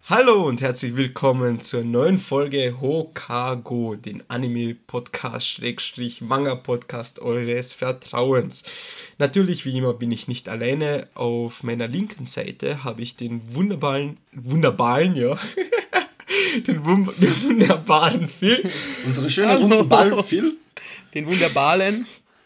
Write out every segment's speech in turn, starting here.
Hallo und herzlich willkommen zur neuen Folge Hokago, den Anime-Podcast-Manga-Podcast eures Vertrauens. Natürlich, wie immer, bin ich nicht alleine. Auf meiner linken Seite habe ich den wunderbaren, ja, den wunderbaren Phil. Unsere schöne runden Ball, Phil. Den wunderbaren.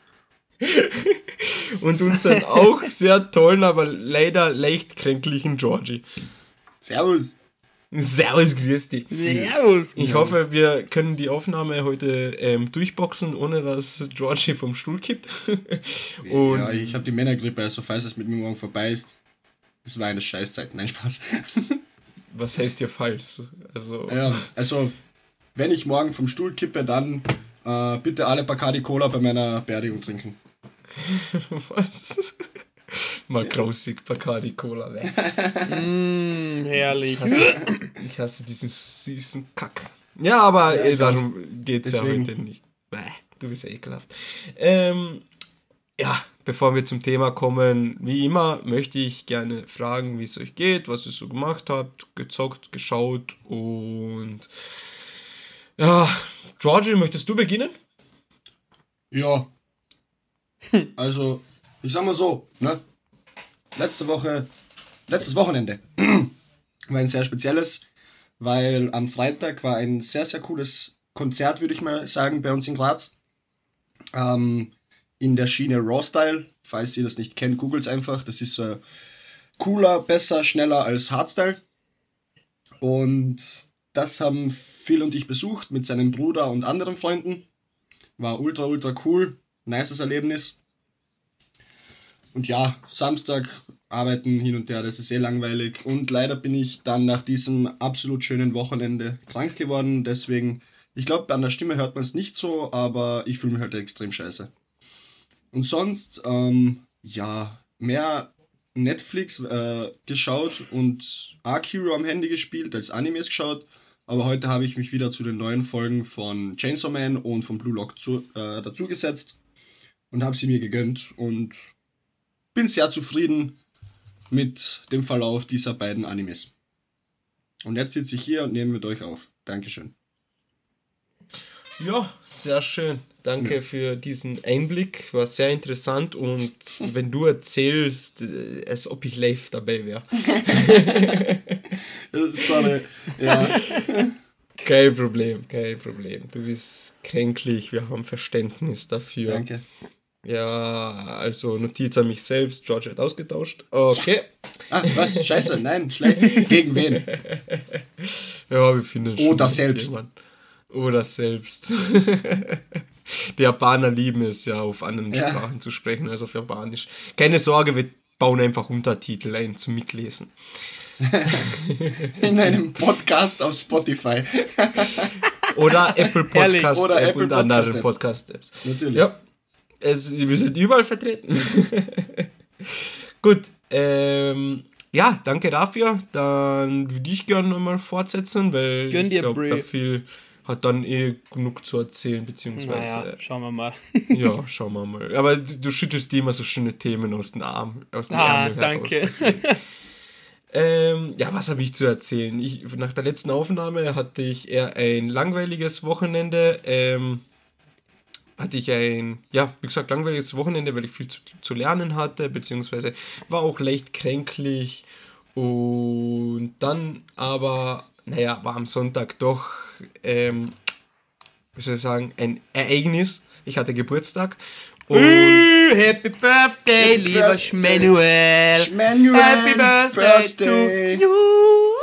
Und unseren auch sehr tollen, aber leider leicht kränklichen Georgie. Servus. Servus, grüß dich. Servus. Ich hoffe, wir können die Aufnahme heute durchboxen, ohne dass Georgie vom Stuhl kippt. Und ja, ich habe die Männergrippe, also falls es mit mir morgen vorbei ist, das war eine Scheißzeit. Nein, Spaß. Was heißt hier falsch? Also, wenn ich morgen vom Stuhl kippe, dann bitte alle Bacardi Cola bei meiner Beerdigung trinken. Was? Mal grausig, Bacardi Cola. Herrlich. Ich hasse diesen süßen Kack. Ja, aber darum geht's deswegen. Ja heute nicht. Du bist ja ekelhaft. Bevor wir zum Thema kommen, wie immer möchte ich gerne fragen, wie es euch geht, was ihr so gemacht habt, gezockt, geschaut und ja, Georgie, möchtest du beginnen? Ja. Also, ich sag mal so, ne? Letztes Wochenende war ein sehr spezielles, weil am Freitag war ein sehr, sehr cooles Konzert, würde ich mal sagen, bei uns in Graz. In der Schiene Raw Style. Falls ihr das nicht kennt, googelt es einfach. Das ist cooler, besser, schneller als Hardstyle. Und das haben Phil und ich besucht mit seinem Bruder und anderen Freunden. War ultra, ultra cool. Nices Erlebnis. Und ja, Samstag arbeiten hin und her, das ist langweilig. Und leider bin ich dann nach diesem absolut schönen Wochenende krank geworden. Deswegen, ich glaube, an der Stimme hört man es nicht so, aber ich fühle mich halt extrem scheiße. Und sonst, mehr Netflix geschaut und Arc Hero am Handy gespielt, als Animes geschaut. Aber heute habe ich mich wieder zu den neuen Folgen von Chainsaw Man und von Blue Lock dazugesetzt und habe sie mir gegönnt und bin sehr zufrieden mit dem Verlauf dieser beiden Animes. Und jetzt sitze ich hier und nehme mit euch auf. Dankeschön. Ja, sehr schön. Danke für diesen Einblick. War sehr interessant und wenn du erzählst, als ob ich live dabei wäre. Sorry. Ja. Kein Problem. Du bist kränklich, wir haben Verständnis dafür. Danke. Ja, also Notiz an mich selbst. George wird ausgetauscht. Okay. Was? Scheiße, nein, schlecht. Gegen wen? Ja, wir finden schon. Oder selbst. Die Japaner lieben es ja, auf anderen Sprachen zu sprechen als auf Japanisch. Keine Sorge, wir bauen einfach Untertitel ein zum Mitlesen. In einem Podcast auf Spotify. Oder Apple Podcast oder App Apple und andere Podcast-Apps. Natürlich. Ja. Wir sind überall vertreten. Gut. Danke dafür. Dann würde ich gerne nochmal fortsetzen, weil ich glaube, da viel hat dann genug zu erzählen, beziehungsweise... Naja, schauen wir mal. Ja, schauen wir mal. Aber du schüttelst dir immer so schöne Themen aus den Ärmel danke. Heraus. Was habe ich zu erzählen? Nach der letzten Aufnahme hatte ich eher ein langweiliges Wochenende. Langweiliges Wochenende, weil ich viel zu lernen hatte, beziehungsweise war auch leicht kränklich. Und dann aber, war am Sonntag doch, ein Ereignis. Ich hatte Geburtstag. Und Happy Birthday, lieber Schmanuel. Happy Birthday to you.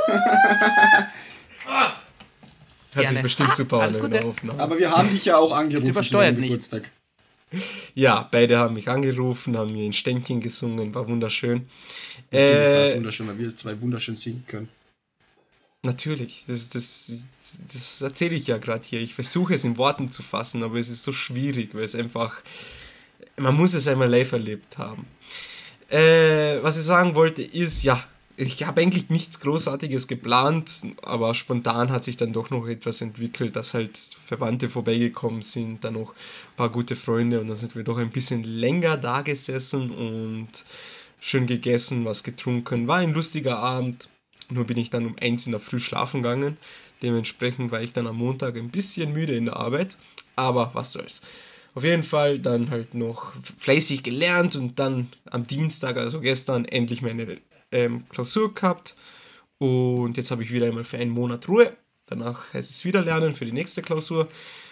Hört sich bestimmt super an in der Aufnahme. Aber wir haben dich ja auch angerufen. Das übersteuert nicht. Geburtstag. Ja, beide haben mich angerufen, haben mir ein Ständchen gesungen, war wunderschön. War wunderschön, weil wir zwei wunderschön singen können. Natürlich, das erzähle ich ja gerade hier. Ich versuche es in Worten zu fassen, aber es ist so schwierig, weil es einfach, man muss es einmal live erlebt haben. Was ich sagen wollte ist, ich habe eigentlich nichts Großartiges geplant, aber spontan hat sich dann doch noch etwas entwickelt, dass halt Verwandte vorbeigekommen sind, dann noch ein paar gute Freunde und dann sind wir doch ein bisschen länger da gesessen und schön gegessen, was getrunken. War ein lustiger Abend Nur bin ich dann um 1 in der Früh schlafen gegangen. Dementsprechend war ich dann am Montag ein bisschen müde in der Arbeit. Aber was soll's. Auf jeden Fall dann halt noch fleißig gelernt und dann am Dienstag, also gestern, endlich meine Klausur gehabt. Und jetzt habe ich wieder einmal für einen Monat Ruhe. Danach heißt es wieder lernen für die nächste Klausur.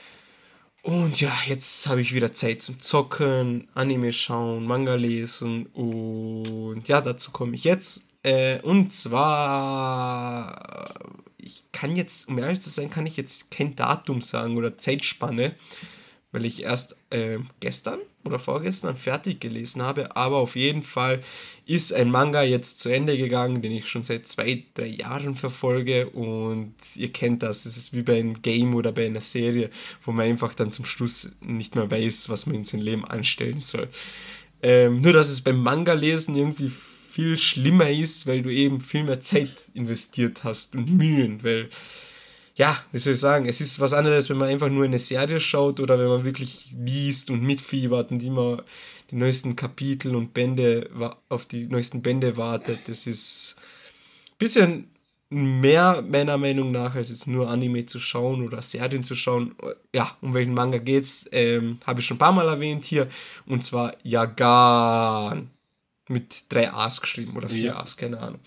Und ja, jetzt habe ich wieder Zeit zum Zocken, Anime schauen, Manga lesen. Und ja, dazu komme ich jetzt. Und zwar, ich kann jetzt, um ehrlich zu sein, kann ich jetzt kein Datum sagen oder Zeitspanne, weil ich erst gestern oder vorgestern fertig gelesen habe, aber auf jeden Fall ist ein Manga jetzt zu Ende gegangen, den ich schon seit 2-3 Jahren verfolge, und ihr kennt das, es ist wie bei einem Game oder bei einer Serie, wo man einfach dann zum Schluss nicht mehr weiß, was man in seinem Leben anstellen soll. Nur, dass es beim Manga-Lesen irgendwie viel schlimmer ist, weil du eben viel mehr Zeit investiert hast und Mühen, weil ja, wie soll ich sagen, es ist was anderes, wenn man einfach nur eine Serie schaut oder wenn man wirklich liest und mitfiebert und immer die neuesten Kapitel und Bände auf die neuesten Bände wartet. Das ist ein bisschen mehr meiner Meinung nach, als jetzt nur Anime zu schauen oder Serien zu schauen. Ja, um welchen Manga geht's? Habe ich schon ein paar Mal erwähnt hier, und zwar Yagan mit 3 A's geschrieben oder 4 A's, keine Ahnung.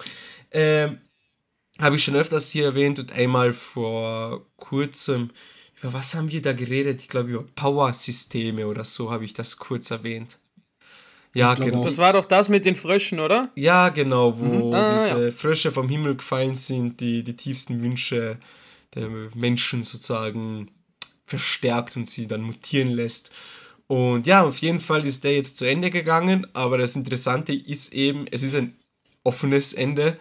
Habe ich schon öfters hier erwähnt und einmal vor kurzem, über was haben wir da geredet? Ich glaube über Power-Systeme oder so habe ich das kurz erwähnt. Ja, genau. Das war doch das mit den Fröschen, oder? Ja, genau, wo diese Frösche vom Himmel gefallen sind, die tiefsten Wünsche der Menschen sozusagen verstärkt und sie dann mutieren lässt. Und ja, auf jeden Fall ist der jetzt zu Ende gegangen, aber das Interessante ist eben, es ist ein offenes Ende,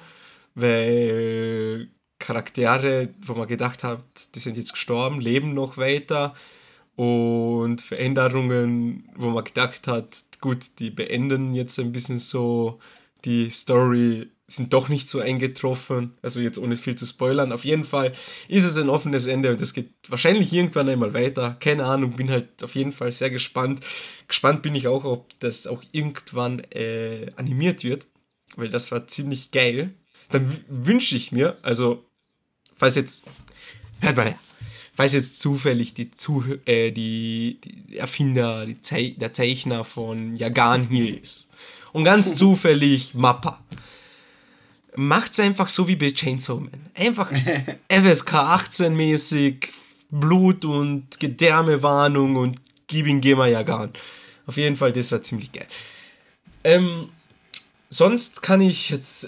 weil Charaktere, wo man gedacht hat, die sind jetzt gestorben, leben noch weiter, und Veränderungen, wo man gedacht hat, gut, die beenden jetzt ein bisschen so die Story, sind doch nicht so eingetroffen, also jetzt ohne viel zu spoilern. Auf jeden Fall ist es ein offenes Ende und es geht wahrscheinlich irgendwann einmal weiter, keine Ahnung, bin halt auf jeden Fall sehr gespannt. Gespannt bin ich auch, ob das auch irgendwann animiert wird, weil das war ziemlich geil. Dann wünsche ich mir, also, falls jetzt, hört mal her, falls jetzt zufällig die Erfinder, der Zeichner von Yagan hier ist und ganz zufällig Mappa, macht's einfach so wie bei Chainsaw Man. Einfach FSK 18 mäßig, Blut und Gedärmewarnung und gib mal Yagan. Auf jeden Fall, das war ziemlich geil. Sonst kann ich jetzt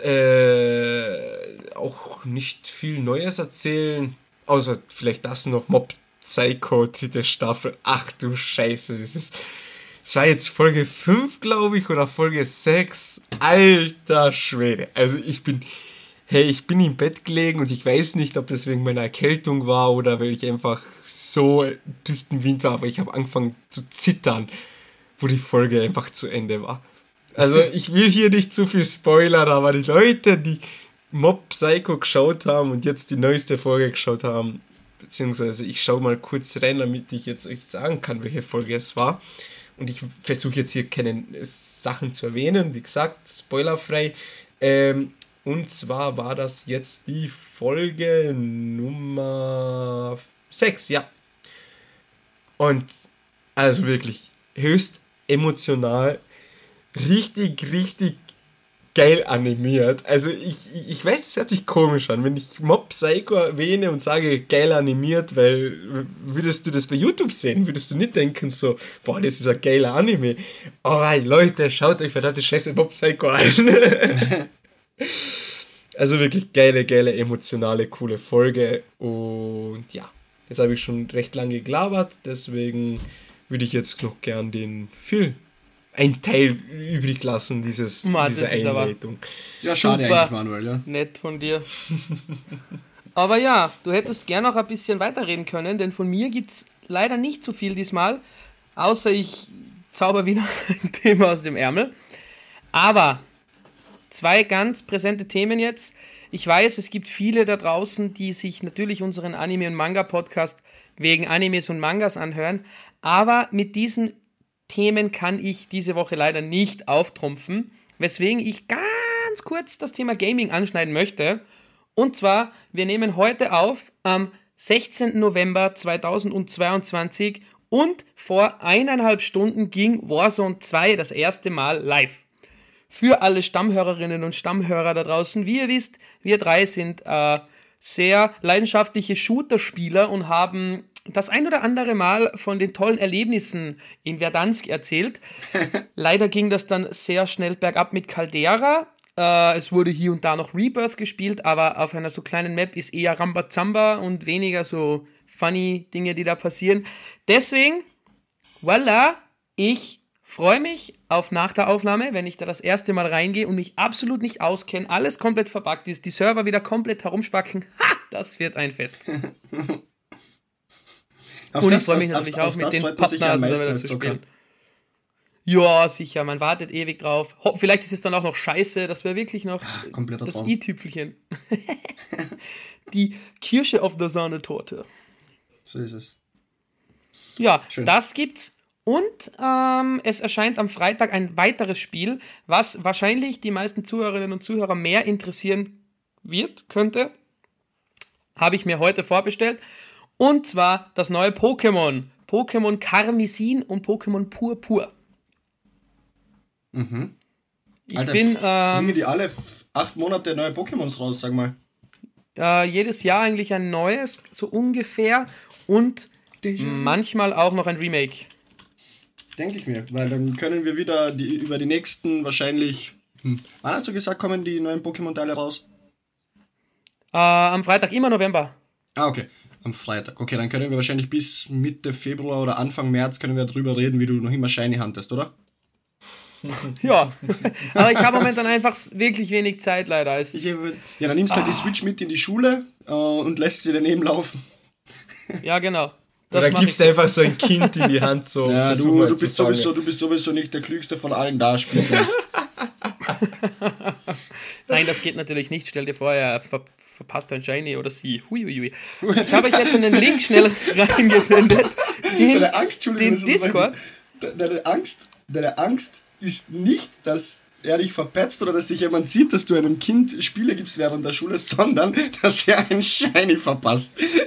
auch nicht viel Neues erzählen, außer vielleicht das noch, Mob Psycho, 3. Staffel. Ach du Scheiße, das war jetzt Folge 5, glaube ich, oder Folge 6. Alter Schwede. Also ich bin im Bett gelegen und ich weiß nicht, ob das wegen meiner Erkältung war oder weil ich einfach so durch den Wind war, aber ich habe angefangen zu zittern, wo die Folge einfach zu Ende war. Also ich will hier nicht zu viel spoilern, aber die Leute, die Mob Psycho geschaut haben und jetzt die neueste Folge geschaut haben, beziehungsweise ich schaue mal kurz rein, damit ich jetzt euch sagen kann, welche Folge es war. Und ich versuche jetzt hier keine Sachen zu erwähnen, wie gesagt, spoilerfrei. Und zwar war das jetzt die Folge Nummer 6, ja. Und also wirklich höchst emotional, richtig, richtig geil animiert. Also ich weiß, es hört sich komisch an, wenn ich Mob Psycho erwähne und sage geil animiert, weil würdest du das bei YouTube sehen, würdest du nicht denken so, boah, das ist ein geiler Anime. Aber Leute, schaut euch verdammte Scheiße Mob Psycho an. Also wirklich geile, emotionale, coole Folge. Und ja, jetzt habe ich schon recht lange gelabert, deswegen würde ich jetzt noch gern den Film ein Teil übrig lassen, diese Einleitung. Ja, schade eigentlich, Manuel, ja. Nett von dir. Aber ja, du hättest gern noch ein bisschen weiterreden können, denn von mir gibt es leider nicht so viel diesmal, außer ich zauber wieder ein Thema aus dem Ärmel. Aber 2 ganz präsente Themen jetzt. Ich weiß, es gibt viele da draußen, die sich natürlich unseren Anime- und Manga-Podcast wegen Animes und Mangas anhören, aber mit diesen Themen kann ich diese Woche leider nicht auftrumpfen, weswegen ich ganz kurz das Thema Gaming anschneiden möchte. Und zwar, wir nehmen heute auf am 16. November 2022 und vor 1,5 Stunden ging Warzone 2 das erste Mal live. Für alle Stammhörerinnen und Stammhörer da draußen, wie ihr wisst, wir drei sind sehr leidenschaftliche Shooter-Spieler und haben das ein oder andere Mal von den tollen Erlebnissen in Verdansk erzählt. Leider ging das dann sehr schnell bergab mit Caldera. Es wurde hier und da noch Rebirth gespielt, aber auf einer so kleinen Map ist eher Rambazamba und weniger so funny Dinge, die da passieren. Deswegen, voilà, ich freue mich auf nach der Aufnahme, wenn ich da das erste Mal reingehe und mich absolut nicht auskenne, alles komplett verbuggt ist, die Server wieder komplett herumspacken. Ha, das wird ein Fest. Und ich freue mich natürlich auch mit den Pappnasen da wieder zu spielen. Ja, sicher, man wartet ewig drauf. Vielleicht ist es dann auch noch scheiße, das wäre wirklich noch das i-Tüpfelchen. Die Kirsche auf der Sahnetorte. So ist es. Ja, schön. Das gibt's. Und es erscheint am Freitag ein weiteres Spiel, was wahrscheinlich die meisten Zuhörerinnen und Zuhörer mehr interessieren könnte. Habe ich mir heute vorbestellt. Und zwar das neue Pokémon. Pokémon Karmesin und Pokémon Purpur. Mhm. Ich Alter, bin bringen die alle 8 Monate neue Pokémons raus, sag mal. jedes Jahr eigentlich ein neues, so ungefähr. Und manchmal auch noch ein Remake. Denke ich mir, weil dann können wir wieder über die nächsten wahrscheinlich... Wann hast du gesagt, kommen die neuen Pokémon-Teile raus? Am Freitag, immer November. Ah, okay. Am Freitag. Okay, dann können wir wahrscheinlich bis Mitte Februar oder Anfang März können wir drüber reden, wie du noch immer Shiny huntest, oder? Ja, aber ich habe momentan einfach wirklich wenig Zeit leider. Ja, dann nimmst du halt die Switch mit in die Schule und lässt sie daneben laufen. Ja, genau. Oder gibst du einfach so ein Kind in die Hand so. Ja, du bist sowieso nicht der Klügste von allen da, spiel. Nein, das geht natürlich nicht. Stell dir vor, er verpasst ein Shiny oder sie. Huiuiui. Ich habe euch jetzt einen Link schnell reingesendet in den Discord. Deine Angst ist nicht, dass er dich verpetzt oder dass sich jemand sieht, dass du einem Kind Spiele gibst während der Schule, sondern dass er ein Shiny verpasst.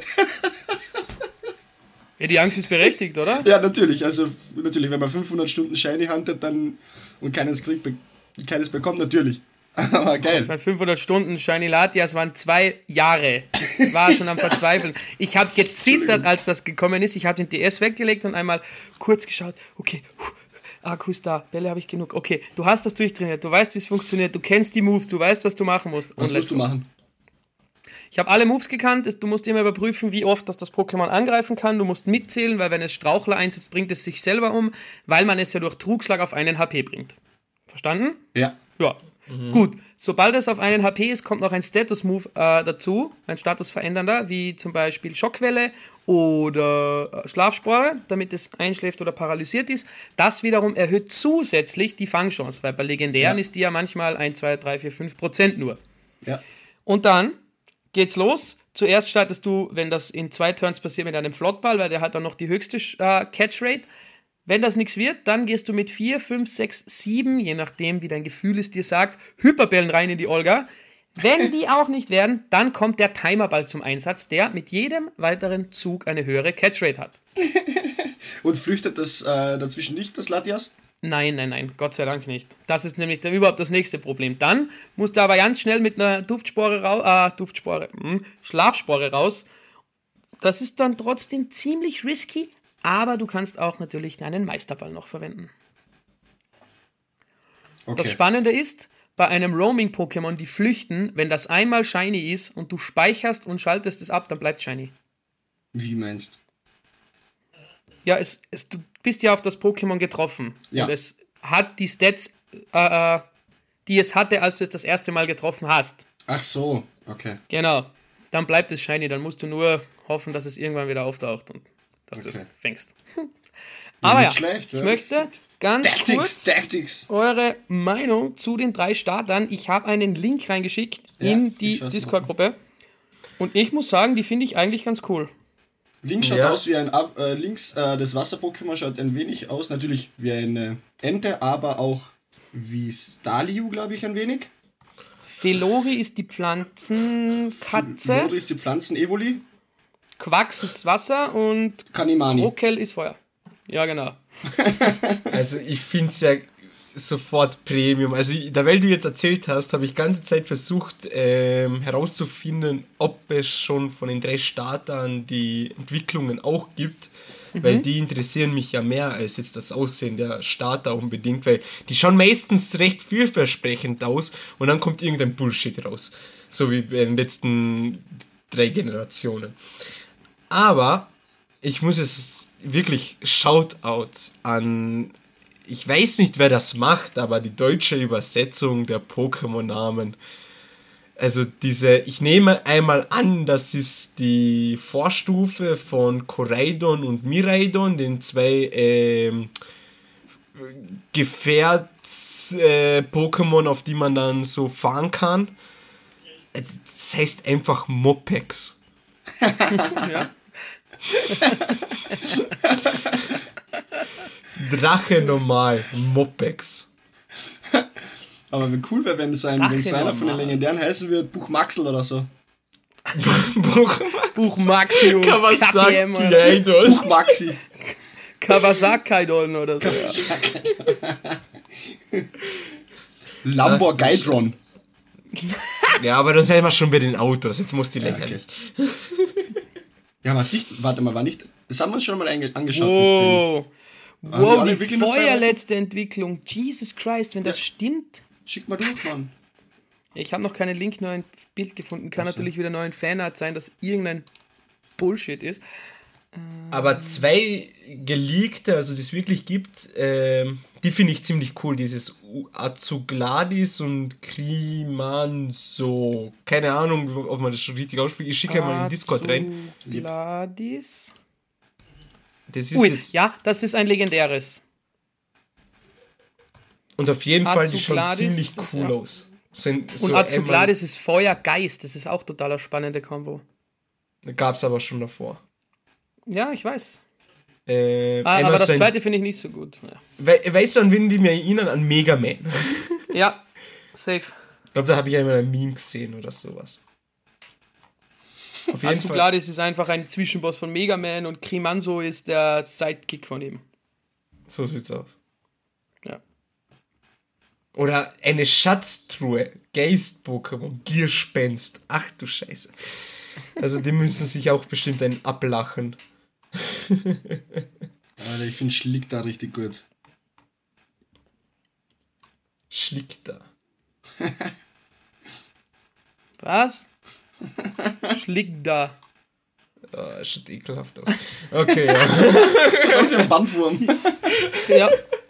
Ja, die Angst ist berechtigt, oder? Ja, natürlich. Also, wenn man 500 Stunden Shiny huntet dann und keines bekommt, natürlich. Aber geil. Das waren 500 Stunden Shiny Latias, waren 2 Jahre. Ich war schon am Verzweifeln. Ich habe gezittert, als das gekommen ist. Ich habe den DS weggelegt und einmal kurz geschaut. Okay, Akku ist da, Bälle habe ich genug. Okay, du hast das durchtrainiert, du weißt, wie es funktioniert, du kennst die Moves, du weißt, was du machen musst. Was musst du machen? Ich habe alle Moves gekannt, du musst immer überprüfen, wie oft das Pokémon angreifen kann, du musst mitzählen, weil wenn es Strauchler einsetzt, bringt es sich selber um, weil man es ja durch Trugschlag auf einen HP bringt. Verstanden? Ja. Ja. Gut, sobald es auf einen HP ist, kommt noch ein Status-Move dazu, ein statusverändernder, wie zum Beispiel Schockwelle oder Schlafspore, damit es einschläft oder paralysiert ist. Das wiederum erhöht zusätzlich die Fangchance, weil bei Legendären ist die ja manchmal 1, 2, 3, 4, 5% nur. Ja. Und dann geht's los. Zuerst startest du, wenn das in 2 Turns passiert, mit einem Flottball, weil der hat dann noch die höchste Catch-Rate. Wenn das nichts wird, dann gehst du mit 4, 5, 6, 7, je nachdem, wie dein Gefühl es dir sagt, Hyperbällen rein in die Olga. Wenn die auch nicht werden, dann kommt der Timerball zum Einsatz, der mit jedem weiteren Zug eine höhere Catchrate hat. Und flüchtet das dazwischen nicht, das Latias? Nein, Gott sei Dank nicht. Das ist nämlich überhaupt das nächste Problem. Dann musst du aber ganz schnell mit einer Schlafspore raus. Das ist dann trotzdem ziemlich risky, aber du kannst auch natürlich einen Meisterball noch verwenden. Okay. Das Spannende ist, bei einem Roaming-Pokémon, die flüchten, wenn das einmal Shiny ist und du speicherst und schaltest es ab, dann bleibt Shiny. Wie meinst du? Ja, du bist ja auf das Pokémon getroffen. Ja. Und es hat die Stats, die es hatte, als du es das erste Mal getroffen hast. Ach so, okay. Genau. Dann bleibt es Shiny, dann musst du nur hoffen, dass es irgendwann wieder auftaucht und dass du es fängst. Aber ja, schlecht, ich möchte ganz kurz eure Meinung zu den 3 Startern. Ich habe einen Link reingeschickt in die Discord-Gruppe. Und ich muss sagen, die finde ich eigentlich ganz cool. Links schaut aus wie links das Wasser-Pokémon schaut ein wenig aus, natürlich wie eine Ente, aber auch wie Starliu, glaube ich, ein wenig. Felori ist die Pflanzenkatze. Lori ist die Pflanzen-Evoli. Quax ist Wasser und Kanimani. Krokel ist Feuer. Ja, genau. Also ich finde es ja sofort Premium. Also weil du jetzt erzählt hast, habe ich die ganze Zeit versucht herauszufinden, ob es schon von den 3 Startern die Entwicklungen auch gibt. Weil die interessieren mich ja mehr als jetzt das Aussehen der Starter unbedingt, weil die schauen meistens recht vielversprechend aus und dann kommt irgendein Bullshit raus. So wie bei den letzten 3 Generationen. Aber ich muss es wirklich Shoutout an, ich weiß nicht, wer das macht, aber die deutsche Übersetzung der Pokémon-Namen. Also ich nehme einmal an, das ist die Vorstufe von Koraidon und Miraidon, den 2 Gefährt-Pokémon, auf die man dann so fahren kann. Das heißt einfach Mopex. Ja. Drache normal, Mopex. Aber wie cool wäre, wenn es einer von den legendären heißen wird, Buchmaxel oder so. Buchmaxi und Kawasaki KPM. Buchmaxi. Kawasaki-Don oder so. Ja. Lamborghidron. Ja, aber dann sind wir schon bei den Autos. Jetzt muss die lächerlich. Okay. Ja, warte mal, war nicht. Das haben wir uns schon mal angeschaut. Wow. wir Wow, alle die wirklich nur 2 Wochen? feuerletzte Entwicklung. Jesus Christ, wenn das stimmt. Schick mal durch, Mann. Ich habe noch keinen Link, nur ein Bild gefunden. Kann natürlich wieder nur ein Fanart sein, dass irgendein Bullshit ist. Aber 2 geleakte, also die es wirklich gibt, die finde ich ziemlich cool. Dieses Azugladis und Krimanso. Keine Ahnung, ob man das schon richtig ausspricht. Ich schicke mal in den Discord rein. Azugladis. Das ist jetzt. Ja, das ist ein legendäres. Und auf jeden Fall, die schauen Azugladis ziemlich ist, cool ja. aus. Und Azugladis ist Feuergeist. Das ist auch total spannende Kombo. Gab es aber schon davor. Ja, ich weiß. Aber das zweite finde ich nicht so gut. Ja. Weißt du, an wen die mir erinnern? An Mega Man. Ja, safe. Ich glaube, da habe ich einmal ein Meme gesehen oder sowas. Auf jeden Fall. Azugladis ist einfach ein Zwischenboss von Mega Man und Krimanso ist der Sidekick von ihm. So sieht's aus. Ja. Oder eine Schatztruhe. Geist-Pokémon. Gierspenst. Ach du Scheiße. Also die müssen sich auch bestimmt einen ablachen. Alter, ich finde Schlick da richtig gut. Schlickter. Was? Schlick da. Oh, schaut ekelhaft aus. Okay, ja. Das ist ein Bandwurm. Ja.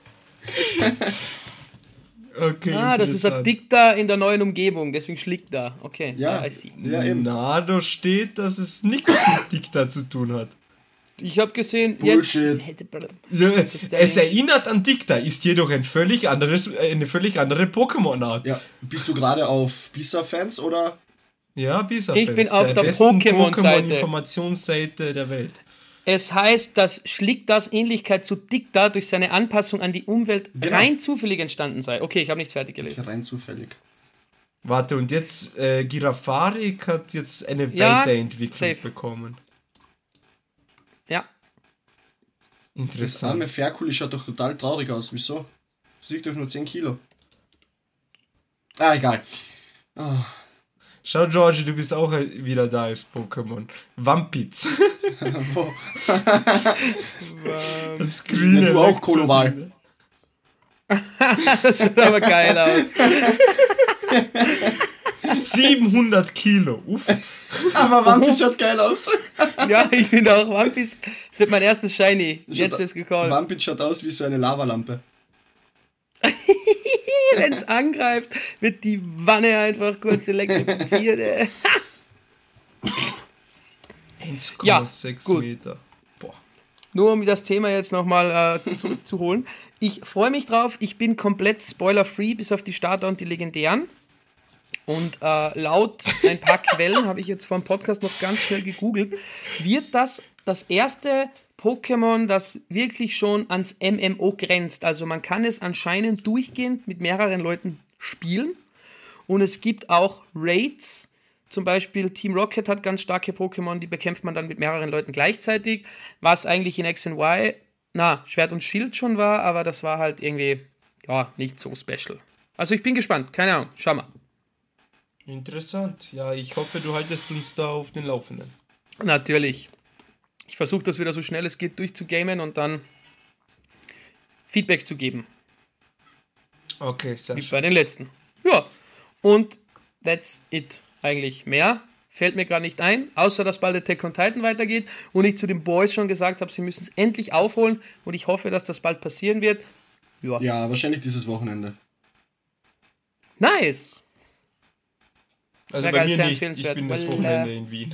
Okay, Das ist ein Dikta in der neuen Umgebung, deswegen schlickt da. Okay, Ja, I see. ja eben. Na, da steht, dass es nichts mit Dikta zu tun hat. Ich habe gesehen, Bullshit. Ja, jetzt der es Link. erinnert an Dikta, ist jedoch eine völlig andere Pokémon-Art. Ja, bist du gerade auf Bisa-Fans oder? Ja, Bisa Ich bin auf der Pokémon-Seite. Pokémon-Informationsseite der Welt. Es heißt, dass Schlickdas Ähnlichkeit zu Dikta durch seine Anpassung an die Umwelt Genau. rein zufällig entstanden sei. Okay, ich habe nicht fertig gelesen. Rein zufällig. Warte, und jetzt Girafarik hat jetzt eine Ja, Weiterentwicklung safe. bekommen. Ja. Das Interessant. arme Ferkuli schaut doch total traurig aus. Wieso? Das wiegt doch nur 10 Kilo. Egal. Oh. Schau, Georgie, du bist auch wieder da als Pokémon. Wampitz. Das grüne. Ja, du auch, Koloval. Das schaut aber geil aus. 700 Kilo. Uff. Aber Wampitz schaut geil aus. Ja, ich finde auch One Piece. Das wird mein erstes Shiny. Jetzt wird's gecallt. Wampitz schaut aus wie so eine Lavalampe. Wenn es angreift, wird die Wanne einfach kurz elektrifiziert. 1,6 Ja, gut. Meter. Boah. Nur um das Thema jetzt nochmal zurückzuholen. Ich freue mich drauf. Ich bin komplett spoiler-free, bis auf die Starter und die Legendären. Und laut ein paar Quellen, habe ich jetzt vor dem Podcast noch ganz schnell gegoogelt, wird das erste Pokémon, das wirklich schon ans MMO grenzt. Also man kann es anscheinend durchgehend mit mehreren Leuten spielen. Und es gibt auch Raids. Zum Beispiel Team Rocket hat ganz starke Pokémon, die bekämpft man dann mit mehreren Leuten gleichzeitig, was eigentlich in X und Y, Schwert und Schild schon war, aber das war halt irgendwie, nicht so special. Also ich bin gespannt, keine Ahnung, schau mal. Interessant. Ja, ich hoffe, du haltest uns da auf den Laufenden. Natürlich. Ich versuche das wieder so schnell es geht durchzugamen und dann Feedback zu geben. Okay, sehr Wie schön. bei den letzten. Ja, und that's it. Eigentlich mehr fällt mir gerade nicht ein, außer dass bald Attack on Titan weitergeht und ich zu den Boys schon gesagt habe, sie müssen es endlich aufholen und ich hoffe, dass das bald passieren wird. Ja, wahrscheinlich dieses Wochenende. Nice! Also Sehr bei geil, mir sehr nicht, ich empfehlenswert, bin das weil, Wochenende in Wien.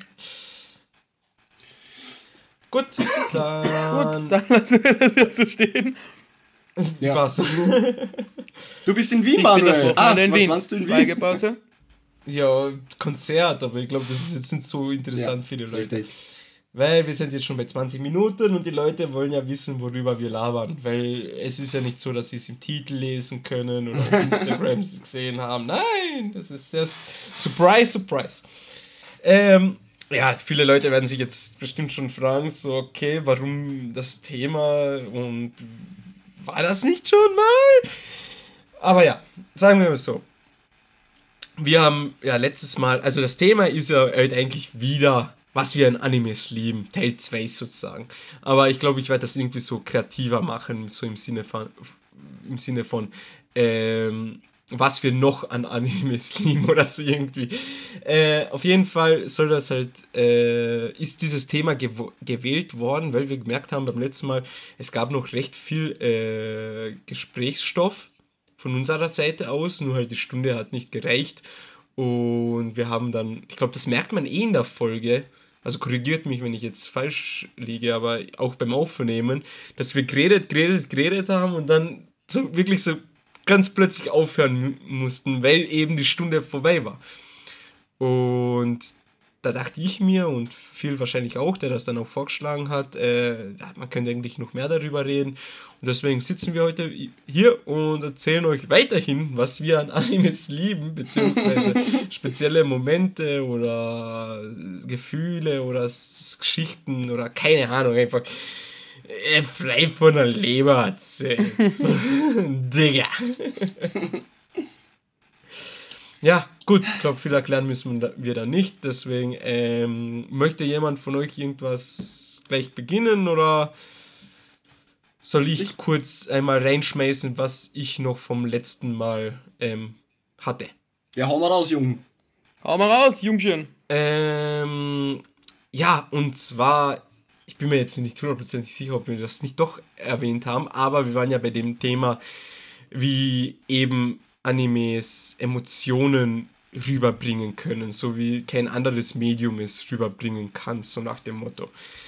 Gut, dann... Gut, dann lassen wir das jetzt so stehen. Ja. Was? Du bist in Wien, Ich bin Manuel. das Wochenende in was Wien. meinst du in Wien? Schweigepause. Ja, Konzert, aber ich glaube, das ist jetzt nicht so interessant für die Leute. Richtig. Weil wir sind jetzt schon bei 20 Minuten und die Leute wollen ja wissen, worüber wir labern. Weil es ist ja nicht so, dass sie es im Titel lesen können oder auf Instagram gesehen haben. Nein, das ist ja Surprise, Surprise. Ja, viele Leute werden sich jetzt bestimmt schon fragen, so, okay, warum das Thema und war das nicht schon mal? Aber ja, sagen wir mal so. Wir haben ja letztes Mal, also das Thema ist ja halt eigentlich wieder, was wir in Animes lieben, Teil 2 sozusagen. Aber ich glaube, ich werde das irgendwie so kreativer machen, so im Sinne von was wir noch an Animes lieben oder so irgendwie. Auf jeden Fall soll das halt, ist dieses Thema gewählt worden, weil wir gemerkt haben beim letzten Mal, es gab noch recht viel Gesprächsstoff von unserer Seite aus, nur halt die Stunde hat nicht gereicht und wir haben dann, ich glaube, das merkt man in der Folge, also korrigiert mich, wenn ich jetzt falsch liege, aber auch beim Aufnehmen, dass wir geredet haben und dann so wirklich so ganz plötzlich aufhören mussten, weil eben die Stunde vorbei war. Und da dachte ich mir und viel wahrscheinlich auch, der das dann auch vorgeschlagen hat, man könnte eigentlich noch mehr darüber reden. Und deswegen sitzen wir heute hier und erzählen euch weiterhin, was wir an Animes lieben, beziehungsweise spezielle Momente oder Gefühle oder Geschichten oder keine Ahnung, einfach frei von der Leber erzählt. Digga. Ja, gut, ich glaube, viel erklären müssen wir da nicht. Deswegen, möchte jemand von euch irgendwas gleich beginnen oder soll ich kurz einmal reinschmeißen, was ich noch vom letzten Mal hatte? Ja, hau mal raus, Junge. Hau mal raus, Jungchen. Ja, und zwar, ich bin mir jetzt nicht hundertprozentig sicher, ob wir das nicht doch erwähnt haben, aber wir waren ja bei dem Thema, wie eben Animes Emotionen rüberbringen können, so wie kein anderes Medium es rüberbringen kann, so nach dem Motto.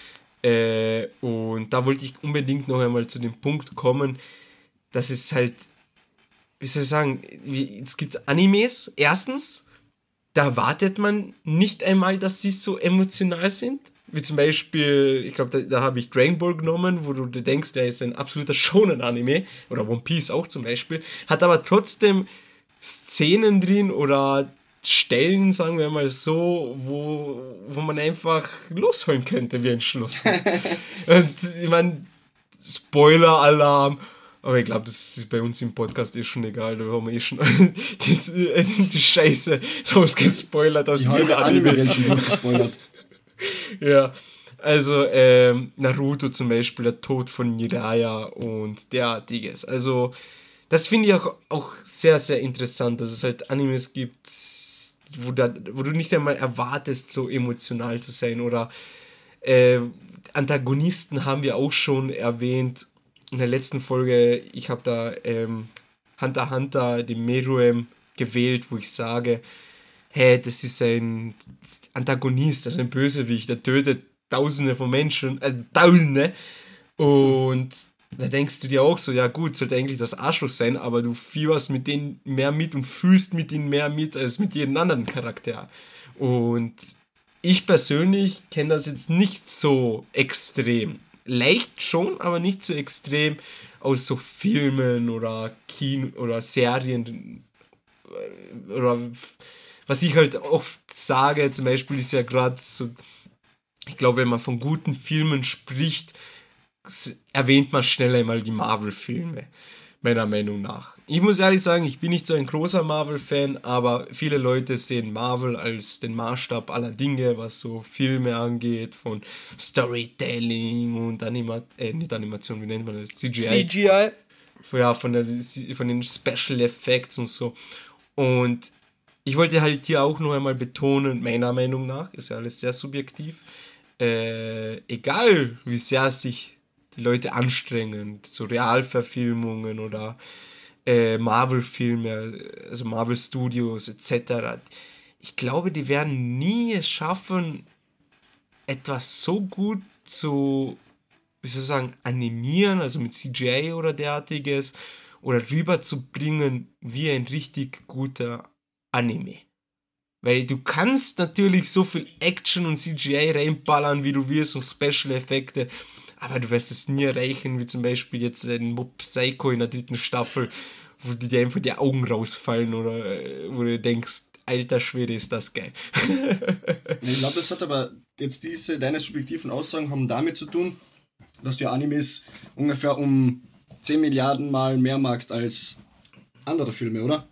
Und da wollte ich unbedingt noch einmal zu dem Punkt kommen, dass es halt, wie soll ich sagen, es gibt Animes, erstens, da erwartet man nicht einmal, dass sie so emotional sind. Wie zum Beispiel, ich glaube, da habe ich Dragon Ball genommen, wo du dir denkst, der ist ein absoluter Shonen-Anime, oder One Piece auch zum Beispiel, hat aber trotzdem Szenen drin oder Stellen, sagen wir mal so, wo man einfach losheulen könnte wie ein Schluss. Und ich meine, Spoiler-Alarm, aber ich glaube, das ist bei uns im Podcast schon egal, da haben wir schon die Scheiße rausgespoilert aus jeder Anime-Welt schon gespoilert. Ja, also Naruto zum Beispiel, der Tod von Jiraiya und derartiges. Also das finde ich auch sehr, sehr interessant, dass es halt Animes gibt, wo du nicht einmal erwartest, so emotional zu sein. Oder Antagonisten haben wir auch schon erwähnt. In der letzten Folge, ich habe da Hunter x Hunter, den Meruem, gewählt, wo ich sage, hey, das ist ein Antagonist, also ein Bösewicht, der tötet Tausende von Menschen, Tausende. Und da denkst du dir auch so, ja gut, sollte eigentlich das Arschloch sein, aber du fieberst mit denen mehr mit und fühlst mit ihnen mehr mit als mit jedem anderen Charakter. Und ich persönlich kenne das jetzt nicht so extrem. Leicht schon, aber nicht so extrem aus so Filmen oder Kino oder Serien oder was ich halt oft sage, zum Beispiel ist ja gerade so, ich glaube, wenn man von guten Filmen spricht, erwähnt man schnell einmal die Marvel-Filme, meiner Meinung nach. Ich muss ehrlich sagen, ich bin nicht so ein großer Marvel-Fan, aber viele Leute sehen Marvel als den Maßstab aller Dinge, was so Filme angeht, von Storytelling und nicht Animation, wie nennt man das? CGI. Ja, von den Special Effects und so. Und ich wollte halt hier auch noch einmal betonen, meiner Meinung nach, ist ja alles sehr subjektiv, egal wie sehr sich die Leute anstrengen, so Realverfilmungen oder Marvel-Filme, also Marvel Studios etc. Ich glaube, die werden nie es schaffen, etwas so gut zu, wie soll ich sagen, animieren, also mit CGI oder derartiges, oder rüberzubringen wie ein richtig guter Anime. Weil du kannst natürlich so viel Action und CGI reinballern, wie du willst, und Special Effekte, aber du wirst es nie erreichen, wie zum Beispiel jetzt ein Mob Psycho in der 3. Staffel, wo dir einfach die Augen rausfallen oder wo du denkst, alter Schwede, ist das geil. Ich glaube, das hat aber jetzt deine subjektiven Aussagen haben damit zu tun, dass du Animes ungefähr um 10 Milliarden Mal mehr magst als andere Filme, oder?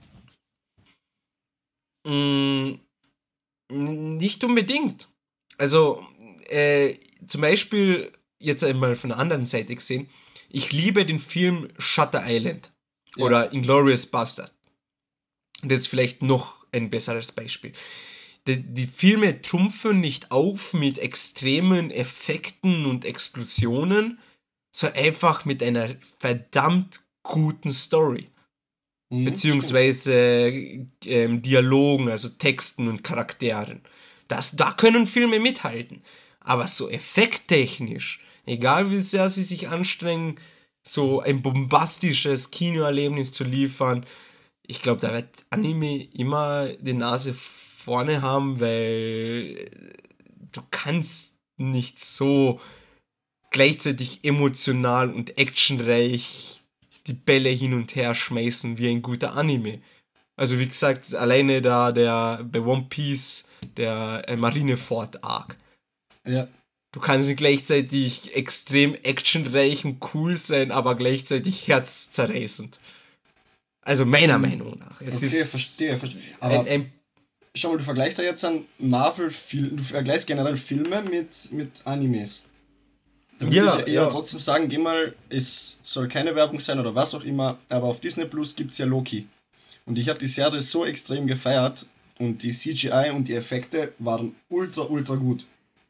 Nicht unbedingt. Also, zum Beispiel, jetzt einmal von der anderen Seite gesehen, ich liebe den Film Shutter Island oder Inglourious Bastard. Das ist vielleicht noch ein besseres Beispiel. Die Filme trumpfen nicht auf mit extremen Effekten und Explosionen, sondern einfach mit einer verdammt guten Story. Beziehungsweise Dialogen, also Texten und Charakteren. Da können Filme mithalten. Aber so effekttechnisch, egal wie sehr sie sich anstrengen, so ein bombastisches Kinoerlebnis zu liefern, ich glaube, da wird Anime immer die Nase vorne haben, weil du kannst nicht so gleichzeitig emotional und actionreich die Bälle hin und her schmeißen wie ein guter Anime. Also wie gesagt, alleine da bei One Piece der Marineford Arc. Ja. Du kannst nicht gleichzeitig extrem actionreich und cool sein, aber gleichzeitig herzzerreißend. Also meiner Meinung nach. Es ist verstehe. Aber schau mal, du vergleichst ja jetzt an du vergleichst generell Filme mit Animes. Da würde ich eher trotzdem sagen, es soll keine Werbung sein oder was auch immer, aber auf Disney Plus gibt es ja Loki. Und ich habe die Serie so extrem gefeiert und die CGI und die Effekte waren ultra gut.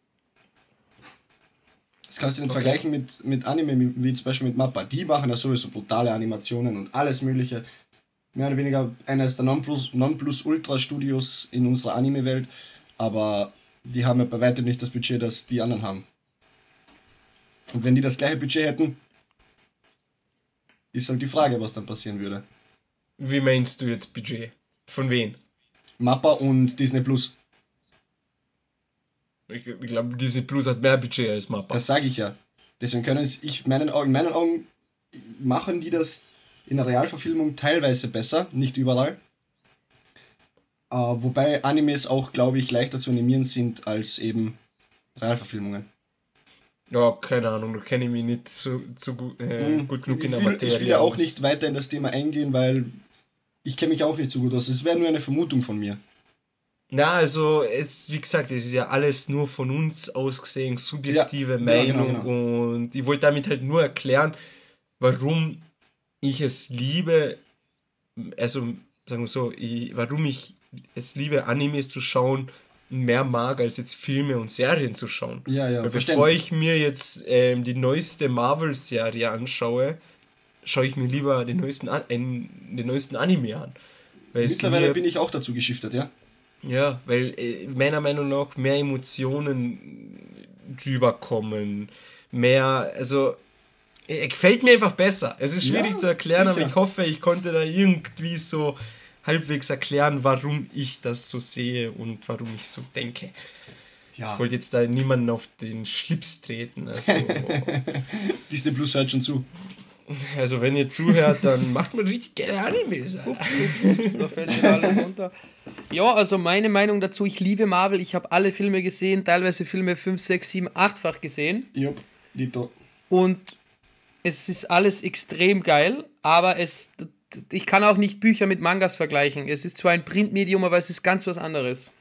Das kannst du nicht vergleichen mit Anime, wie zum Beispiel mit Mappa. Die machen ja sowieso brutale Animationen und alles mögliche. Mehr oder weniger eines der Nonplus-Ultra-Studios in unserer Anime-Welt, aber die haben ja bei weitem nicht das Budget, das die anderen haben. Und wenn die das gleiche Budget hätten, ist halt die Frage, was dann passieren würde. Wie meinst du jetzt Budget? Von wem? Mappa und Disney Plus. Ich glaube, Disney Plus hat mehr Budget als Mappa. Das sage ich ja. Deswegen können in meinen Augen machen die das in der Realverfilmung teilweise besser, nicht überall. Wobei Animes auch, glaube ich, leichter zu animieren sind als eben Realverfilmungen. Ja, keine Ahnung, da kenne ich mich nicht so gut genug in der Materie. Ich will ja auch nicht weiter in das Thema eingehen, weil ich kenne mich auch nicht so gut aus. Es wäre nur eine Vermutung von mir. Na, also, wie gesagt, es ist ja alles nur von uns aus gesehen, subjektive Meinung. Genau. Und ich wollte damit halt nur erklären, warum ich es liebe, also, sagen wir so, warum ich es liebe, Animes zu schauen, mehr mag, als jetzt Filme und Serien zu schauen. Ja, bevor ich mir jetzt die neueste Marvel-Serie anschaue, schaue ich mir lieber den neuesten Anime an. Mittlerweile bin ich auch dazu geschiftet, ja. Ja, weil meiner Meinung nach mehr Emotionen drüber kommen, gefällt mir einfach besser. Es ist schwierig zu erklären, sicher. Aber ich hoffe, ich konnte da irgendwie so halbwegs erklären, warum ich das so sehe und warum ich so denke. Ja. Ich wollte jetzt da niemanden auf den Schlips treten. Also Disney Plus hört schon zu. Also wenn ihr zuhört, dann macht man richtig geile Animes. Da fällt mir alles runter. Ja, also meine Meinung dazu, ich liebe Marvel, ich habe alle Filme gesehen, teilweise Filme 5, 6, 7, 8-fach gesehen. Jupp, Dito. Und es ist alles extrem geil, aber ich kann auch nicht Bücher mit Mangas vergleichen. Es ist zwar ein Printmedium, aber es ist ganz was anderes.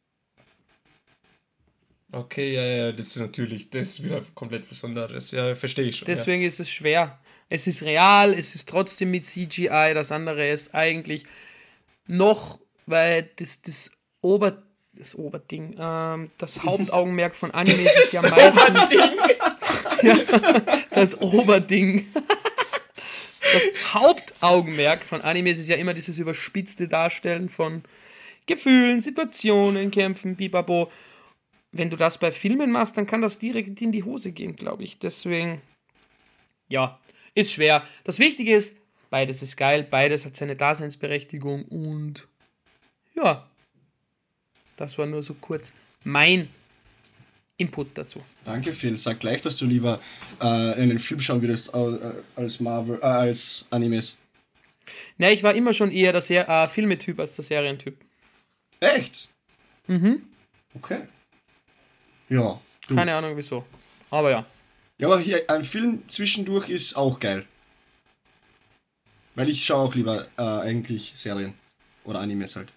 Okay, ja, das ist natürlich, das ist wieder komplett was anderes. Ja, verstehe ich schon. Deswegen ist es schwer. Es ist real, es ist trotzdem mit CGI, das andere ist eigentlich noch, weil das Oberding, das Hauptaugenmerk von Animes ist ja meistens... ja, das Oberding. Das Hauptaugenmerk von Animes ist ja immer dieses überspitzte Darstellen von Gefühlen, Situationen, Kämpfen, bibabo. Wenn du das bei Filmen machst, dann kann das direkt in die Hose gehen, glaube ich. Deswegen, ja, ist schwer. Das Wichtige ist, beides ist geil, beides hat seine Daseinsberechtigung und ja, das war nur so kurz mein Input dazu. Danke, Phil. Sag gleich, dass du lieber einen Film schauen würdest als Marvel, als Animes. Ne, ich war immer schon eher der Filmetyp als der Serientyp. Echt? Mhm. Okay. Ja. Du. Keine Ahnung wieso. Aber ja. Ja, aber hier ein Film zwischendurch ist auch geil. Weil ich schaue auch lieber eigentlich Serien oder Animes halt.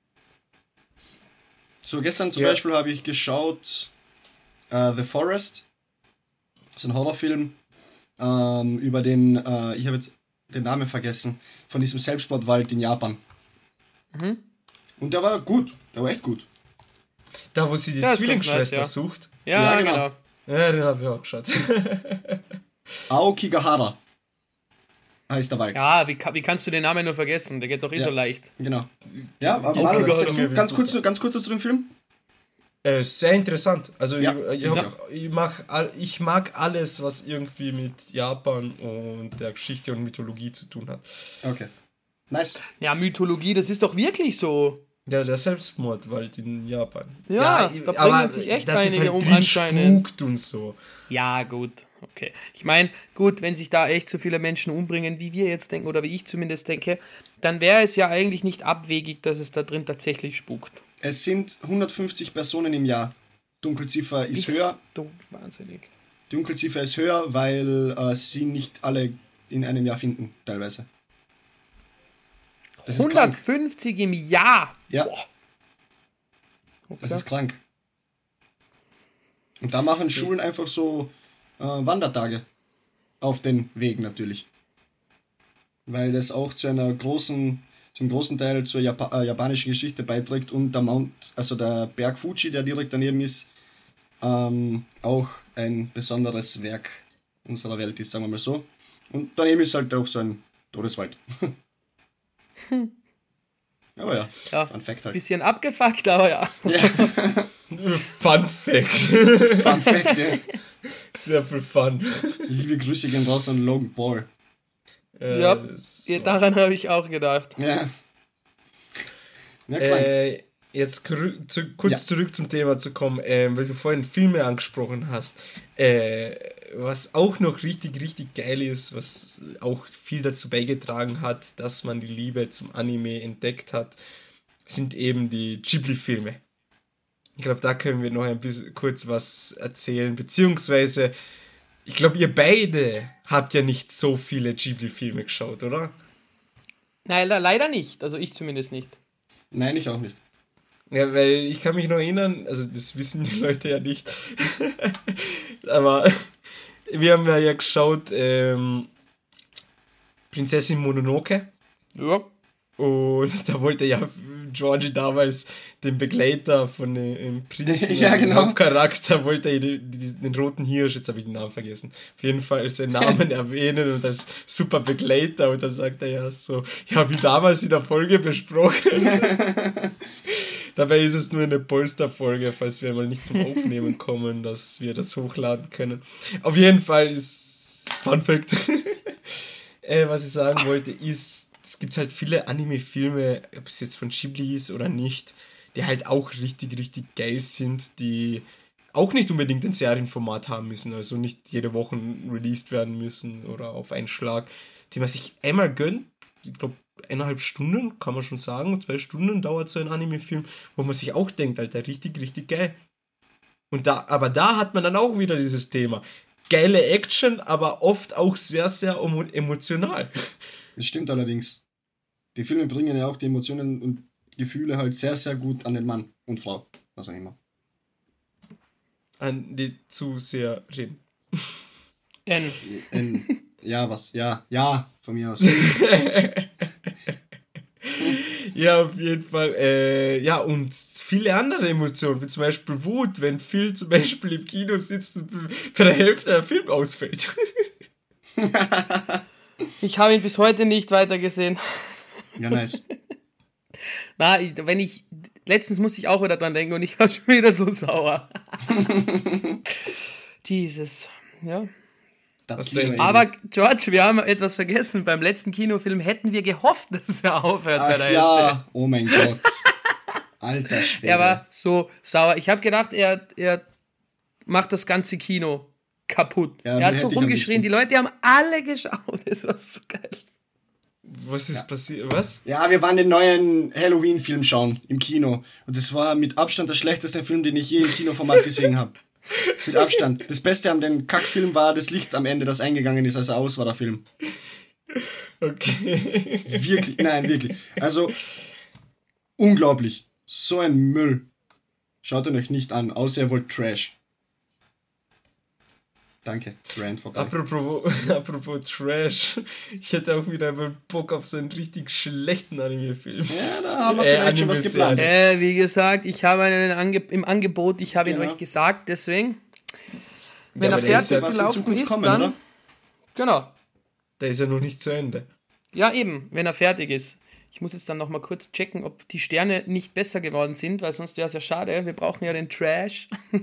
So, gestern zum Beispiel habe ich geschaut The Forest. Das ist ein Horrorfilm über den, ich habe jetzt den Namen vergessen, von diesem Selbstmordwald in Japan. Mhm. Und der war gut, der war echt gut. Da, wo sie die Zwillingsschwester sucht. Ja, genau. Ja, den habe ich auch geschaut. Aokigahara heißt der Wald. Ja, wie kannst du den Namen nur vergessen? Der geht doch so leicht. Genau. Ja, aber ganz kurz zu dem Film. Sehr interessant. Also ja, ich mag alles, was irgendwie mit Japan und der Geschichte und Mythologie zu tun hat. Okay. Nice. Ja, Mythologie, das ist doch wirklich so. Ja, der Selbstmordwald in Japan. Ja, da bringen sich echt einige um anscheinend. Spukt und so. Ja, gut. Okay. Ich meine, gut, wenn sich da echt so viele Menschen umbringen, wie wir jetzt denken, oder wie ich zumindest denke, dann wäre es ja eigentlich nicht abwegig, dass es da drin tatsächlich spukt. Es sind 150 Personen im Jahr. Dunkelziffer ist höher. Du wahnsinnig. Dunkelziffer ist höher, weil sie nicht alle in einem Jahr finden, teilweise. Das 150 im Jahr? Ja. Okay. Das ist krank. Und da machen Schulen einfach so Wandertage. Auf den Wegen natürlich. Weil das auch zum großen Teil zur japanischen Geschichte beiträgt und der Berg Fuji, der direkt daneben ist, auch ein besonderes Werk unserer Welt ist, sagen wir mal so. Und daneben ist halt auch so ein Todeswald. Aber ja, Fun Fact halt. Bisschen abgefuckt, aber ja. Fun Fact. Fun Fact, ja. Sehr viel Fun. Liebe Grüße gehen raus an Logan Paul. Ja, daran habe ich auch gedacht. Ja. Ja, jetzt kurz zurück zum Thema zu kommen, weil du vorhin Filme angesprochen hast. Was auch noch richtig, richtig geil ist, was auch viel dazu beigetragen hat, dass man die Liebe zum Anime entdeckt hat, sind eben die Ghibli-Filme. Ich glaube, da können wir noch ein bisschen kurz was erzählen, beziehungsweise, ich glaube, ihr beide habt ja nicht so viele Ghibli-Filme geschaut, oder? Nein, leider nicht, also ich zumindest nicht. Nein, ich auch nicht. Ja, weil ich kann mich noch erinnern, also das wissen die Leute ja nicht, aber wir haben ja geschaut, Prinzessin Mononoke. Ja. Und da wollte ja Georgie damals den Begleiter von dem Prinzen, ja, also genau. den Charakter, wollte er den roten Hirsch, jetzt habe ich den Namen vergessen, auf jeden Fall seinen Namen erwähnen und als super Begleiter und dann sagt er ja so, ja, wie damals in der Folge besprochen. Dabei ist es nur eine Polster-Folge, falls wir mal nicht zum Aufnehmen kommen, dass wir das hochladen können. Auf jeden Fall ist Fun Fact, was ich sagen wollte, ist, es gibt halt viele Anime-Filme, ob es jetzt von Ghibli ist oder nicht, die halt auch richtig, richtig geil sind, die auch nicht unbedingt ein Serienformat haben müssen, also nicht jede Woche released werden müssen oder auf einen Schlag, die man sich einmal gönnt. Ich glaube, 1,5 Stunden, kann man schon sagen, 2 Stunden dauert so ein Anime-Film, wo man sich auch denkt, Alter, richtig, richtig geil. Aber da hat man dann auch wieder dieses Thema. Geile Action, aber oft auch sehr, sehr emotional. Das stimmt allerdings. Die Filme bringen ja auch die Emotionen und Gefühle halt sehr, sehr gut an den Mann und Frau, was auch immer. An die Zuseherin. Ja, was? Ja, von mir aus. Ja, auf jeden Fall. Ja, und viele andere Emotionen, wie zum Beispiel Wut, wenn Phil zum Beispiel im Kino sitzt und bei der Hälfte der Film ausfällt. Ich habe ihn bis heute nicht weitergesehen. Ja, nice. Letztens musste ich auch wieder dran denken und ich war schon wieder so sauer. Ja. Aber George, wir haben etwas vergessen. Beim letzten Kinofilm hätten wir gehofft, dass er aufhört bei der Hälfte. Oh mein Gott. Alter Schwede. Er war so sauer. Ich habe gedacht, er macht das ganze Kino kaputt. Ja, er hat so rumgeschrien, die Leute haben alle geschaut. Das war so geil. Was ist passiert? Was? Ja, wir waren den neuen Halloween-Film schauen im Kino. Und das war mit Abstand der schlechteste Film, den ich je im Kinoformat gesehen habe. Mit Abstand. Das Beste an dem Kackfilm war das Licht am Ende, das eingegangen ist, als er aus war, der Film. Okay. Wirklich, nein, wirklich. Also, unglaublich. So ein Müll. Schaut ihn euch nicht an, außer ihr wollt Trash. Danke, Brand vorbei. Apropos Trash, ich hätte auch wieder mal Bock auf so einen richtig schlechten Anime-Film. Ja, da haben wir vielleicht schon was geplant. Wie gesagt, ich habe einen im Angebot, ich habe ihn euch gesagt, deswegen. Wenn er fertig gelaufen ist, dann... Oder? Genau. Der ist ja noch nicht zu Ende. Ja, eben, wenn er fertig ist. Ich muss jetzt dann nochmal kurz checken, ob die Sterne nicht besser geworden sind, weil sonst wäre es ja schade. Wir brauchen ja den Trash.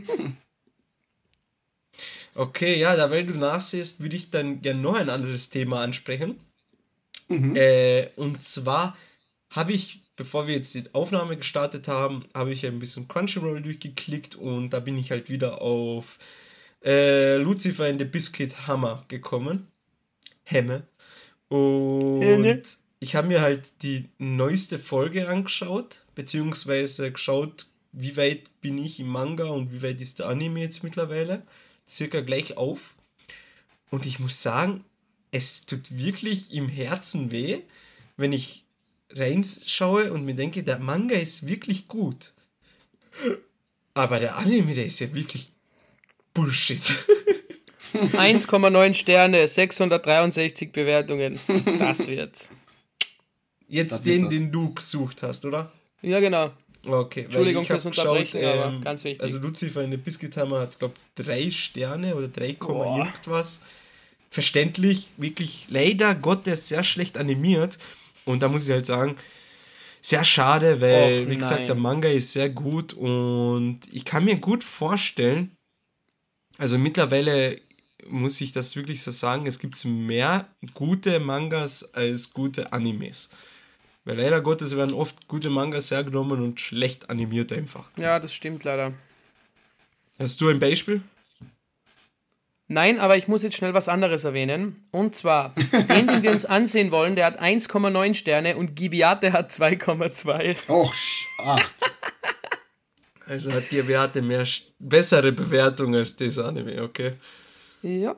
Okay, ja, da weil du nachsiehst, würde ich dann gerne noch ein anderes Thema ansprechen. Mhm. Und zwar habe ich, bevor wir jetzt die Aufnahme gestartet haben, habe ich ein bisschen Crunchyroll durchgeklickt und da bin ich halt wieder auf Lucifer and the Biscuit Hammer gekommen. Hemme. Und ich habe mir halt die neueste Folge angeschaut, beziehungsweise geschaut, wie weit bin ich im Manga und wie weit ist der Anime jetzt mittlerweile. Circa gleich auf. Und ich muss sagen, es tut wirklich im Herzen weh, wenn ich reinschaue und mir denke, der Manga ist wirklich gut. Aber der Anime, der ist ja wirklich Bullshit. 1,9 Sterne, 663 Bewertungen. Das wird's. Jetzt den du gesucht hast, oder? Ja, genau. Okay, Entschuldigung fürs Unterbrechen, aber ganz wichtig. Also Lucifer in the Biscuit Hammer hat, glaube ich, 3 Sterne oder 3, irgendwas. Verständlich, wirklich leider Gottes sehr schlecht animiert. Und da muss ich halt sagen, sehr schade, weil, wie gesagt, der Manga ist sehr gut und ich kann mir gut vorstellen, also mittlerweile muss ich das wirklich so sagen, es gibt mehr gute Mangas als gute Animes. Weil leider Gottes werden oft gute Mangas hergenommen und schlecht animiert einfach. Ja, das stimmt leider. Hast du ein Beispiel? Nein, aber ich muss jetzt schnell was anderes erwähnen. Und zwar, den wir uns ansehen wollen, der hat 1,9 Sterne und Gibiate hat 2,2. Och, Also hat Gibiate bessere Bewertung als das Anime, okay? Ja.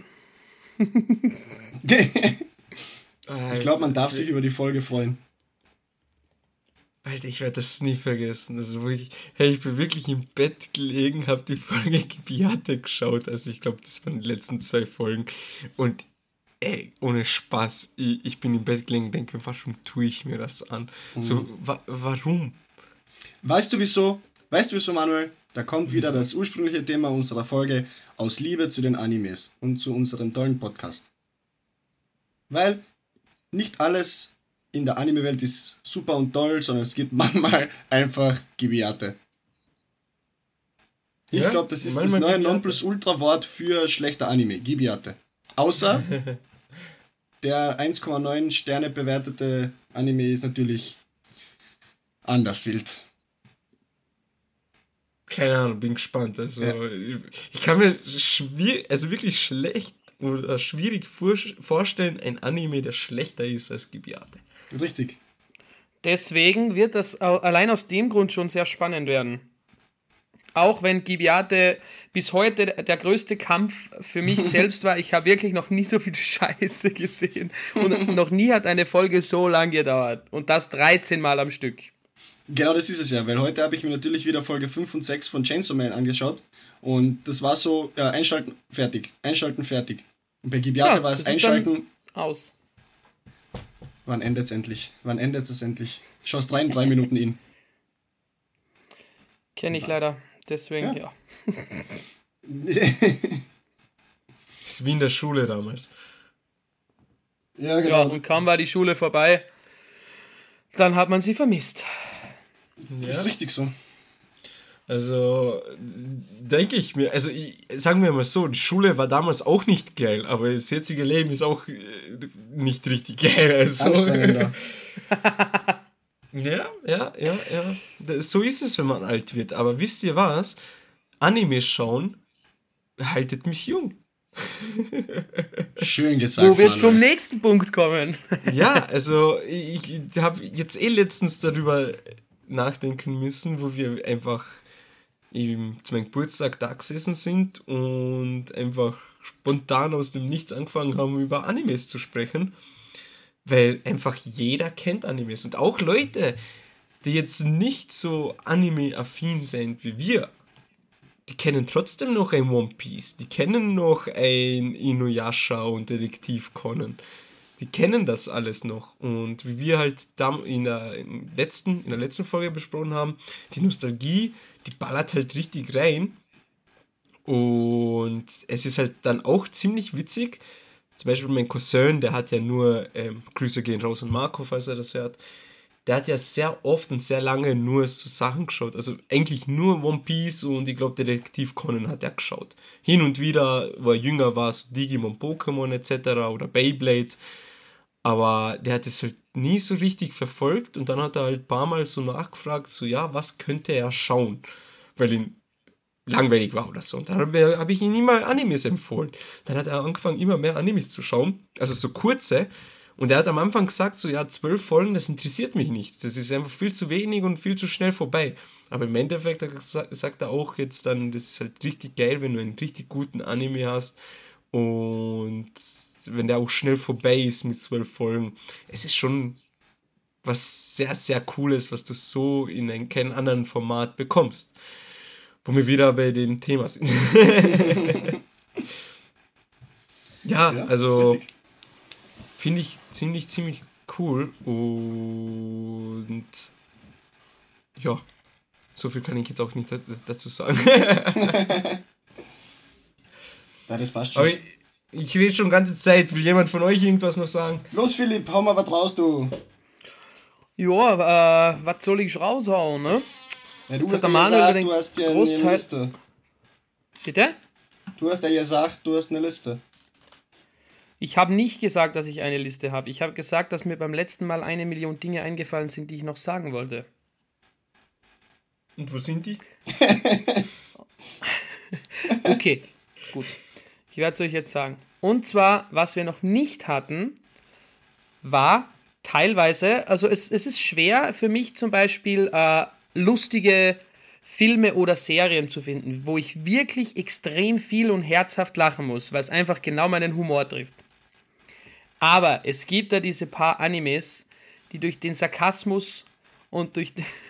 Ich glaube, man darf sich über die Folge freuen. Alter, ich werde das nie vergessen. Also wirklich, ich bin wirklich im Bett gelegen, habe die Folge Gibiate geschaut. Also ich glaube, das waren die letzten 2 Folgen. Und ohne Spaß, ich bin im Bett gelegen und denke mir, warum tue ich mir das an? So, warum? Weißt du wieso, Manuel? Da kommt wieder das ursprüngliche Thema unserer Folge aus Liebe zu den Animes und zu unserem tollen Podcast. Weil nicht alles in der Anime-Welt ist super und toll, sondern es gibt manchmal einfach Gibiate. Ich glaube, das ist das neue Nonplusultra-Wort für schlechter Anime. Gibiate. Außer der 1,9 Sterne bewertete Anime ist natürlich anders wild. keine Ahnung, bin gespannt. Also, ich kann mir wirklich schlecht oder schwierig vorstellen, ein Anime, der schlechter ist als Gibiate. Richtig. Deswegen wird das allein aus dem Grund schon sehr spannend werden. Auch wenn Gibiate bis heute der größte Kampf für mich selbst war. Ich habe wirklich noch nie so viel Scheiße gesehen. Und noch nie hat eine Folge so lang gedauert. Und das 13 Mal am Stück. Genau, das ist es ja, weil heute habe ich mir natürlich wieder Folge 5 und 6 von Chainsaw Man angeschaut. Und das war so, ja, einschalten, fertig. Einschalten, fertig. Und bei Gibiate war es einschalten. Aus. Wann endet es endlich? Wann endet es endlich? Schaust rein, 3 Minuten in. Kenne ich leider. Deswegen, ja. Ist wie in der Schule damals. Ja, genau. Ja, und kaum war die Schule vorbei, dann hat man sie vermisst. Ja. Das ist richtig so. Also, denke ich mir, sagen wir mal so, die Schule war damals auch nicht geil, aber das jetzige Leben ist auch nicht richtig geil. Also. Anstrengender. Ja. So ist es, wenn man alt wird. Aber wisst ihr was? Anime schauen haltet mich jung. Schön gesagt. Wo wir Manuel. zum nächsten Punkt kommen. Ja, also ich habe jetzt letztens darüber nachdenken müssen, wo wir einfach eben zu meinem Geburtstag da gesessen sind und einfach spontan aus dem Nichts angefangen haben, über Animes zu sprechen. Weil einfach jeder kennt Animes. Und auch Leute, die jetzt nicht so anime-affin sind wie wir, die kennen trotzdem noch ein One Piece. Die kennen noch ein Inuyasha und Detektiv Conan. Die kennen das alles noch. Und wie wir halt in der letzten Folge besprochen haben, die Nostalgie, die ballert halt richtig rein. Und es ist halt dann auch ziemlich witzig. Zum Beispiel mein Cousin, der hat ja nur, Grüße gehen raus an Marco, falls er das hört, der hat ja sehr oft und sehr lange nur so Sachen geschaut. Also eigentlich nur One Piece und ich glaube Detektiv Conan hat er geschaut. Hin und wieder, wo er jünger war, so Digimon, Pokémon etc. oder Beyblade. Aber der hat es halt nie so richtig verfolgt und dann hat er halt ein paar Mal so nachgefragt, so ja, was könnte er schauen? Weil ihn langweilig war oder so. Und dann habe ich ihm immer Animes empfohlen. Dann hat er angefangen, immer mehr Animes zu schauen, also so kurze. Und er hat am Anfang gesagt, so ja, 12 Folgen, das interessiert mich nicht. Das ist einfach viel zu wenig und viel zu schnell vorbei. Aber im Endeffekt sagt er auch jetzt dann, das ist halt richtig geil, wenn du einen richtig guten Anime hast und wenn der auch schnell vorbei ist mit 12 Folgen. Es ist schon was sehr, sehr Cooles, was du so in keinem anderen Format bekommst. Wo wir wieder bei dem Thema sind. ja, also finde ich ziemlich cool und ja, so viel kann ich jetzt auch nicht dazu sagen. Ja, das passt schon. Aber ich rede schon die ganze Zeit. Will jemand von euch irgendwas noch sagen? Los, Philipp, hau mal was raus, du. Ja, was soll ich raushauen, ne? Ja, du Jetzt hast hat der ja Manuel gesagt, den du hast ja eine Großteil- Liste. Bitte? Du hast ja gesagt, du hast eine Liste. Ich habe nicht gesagt, dass ich eine Liste habe. Ich habe gesagt, dass mir beim letzten Mal 1 Million Dinge eingefallen sind, die ich noch sagen wollte. Und wo sind die? Okay, gut. Ich werde es euch jetzt sagen. Und zwar, was wir noch nicht hatten, war teilweise, also es ist schwer für mich zum Beispiel lustige Filme oder Serien zu finden, wo ich wirklich extrem viel und herzhaft lachen muss, weil es einfach genau meinen Humor trifft. Aber es gibt da diese paar Animes, die durch den Sarkasmus und durch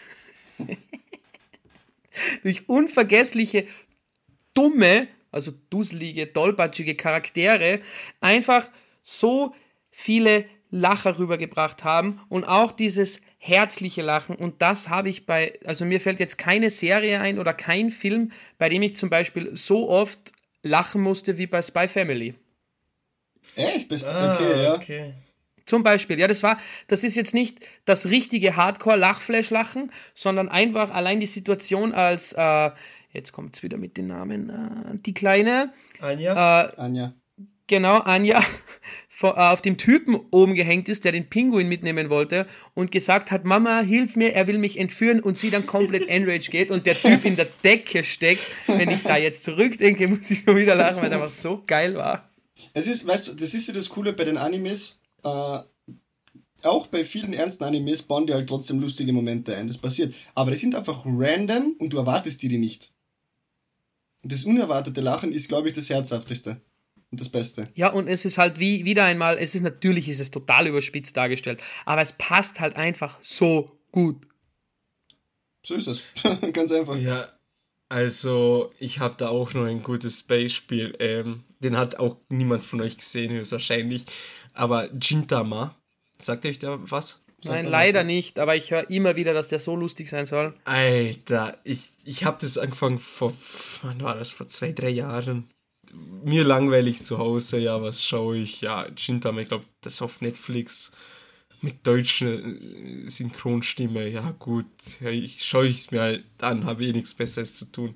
unvergessliche, dumme, also dusselige, tollpatschige Charaktere einfach so viele Lacher rübergebracht haben und auch dieses herzliche Lachen. Und das habe ich also mir fällt jetzt keine Serie ein oder kein Film, bei dem ich zum Beispiel so oft lachen musste wie bei Spy Family. Echt? Okay, ja. Okay. Zum Beispiel, ja, das ist jetzt nicht das richtige Hardcore-Lachflash-Lachen, sondern einfach allein die Situation als, jetzt kommt es wieder mit den Namen, die Kleine, Anja? Anja. genau, Anja auf dem Typen oben gehängt ist, der den Pinguin mitnehmen wollte und gesagt hat, Mama, hilf mir, er will mich entführen und sie dann komplett enraged geht und der Typ in der Decke steckt. Wenn ich da jetzt zurückdenke, muss ich schon wieder lachen, weil es einfach so geil war. Es ist, weißt du, das ist ja das Coole bei den Animes, auch bei vielen ernsten Animes bauen die halt trotzdem lustige Momente ein, das passiert. Aber die sind einfach random und du erwartest die nicht. Und das unerwartete Lachen ist, glaube ich, das Herzhafteste. Und das Beste. Ja, und es ist halt wieder einmal, natürlich ist es total überspitzt dargestellt, aber es passt halt einfach so gut. So ist es. Ganz einfach. Ja, also ich habe da auch noch ein gutes Beispiel. Den hat auch niemand von euch gesehen, höchstwahrscheinlich. Aber Gintama, sagt euch da was? Nein, leider nicht, aber ich höre immer wieder, dass der so lustig sein soll. Alter, ich habe das angefangen wann war das? Vor 2-3 Jahren. Mir langweilig zu Hause, ja, was schaue ich? Ja, Gintama, ich glaube, das auf Netflix mit deutscher Synchronstimme. Ja, gut, ja, schaue ich es mir halt an, habe eh nichts Besseres zu tun.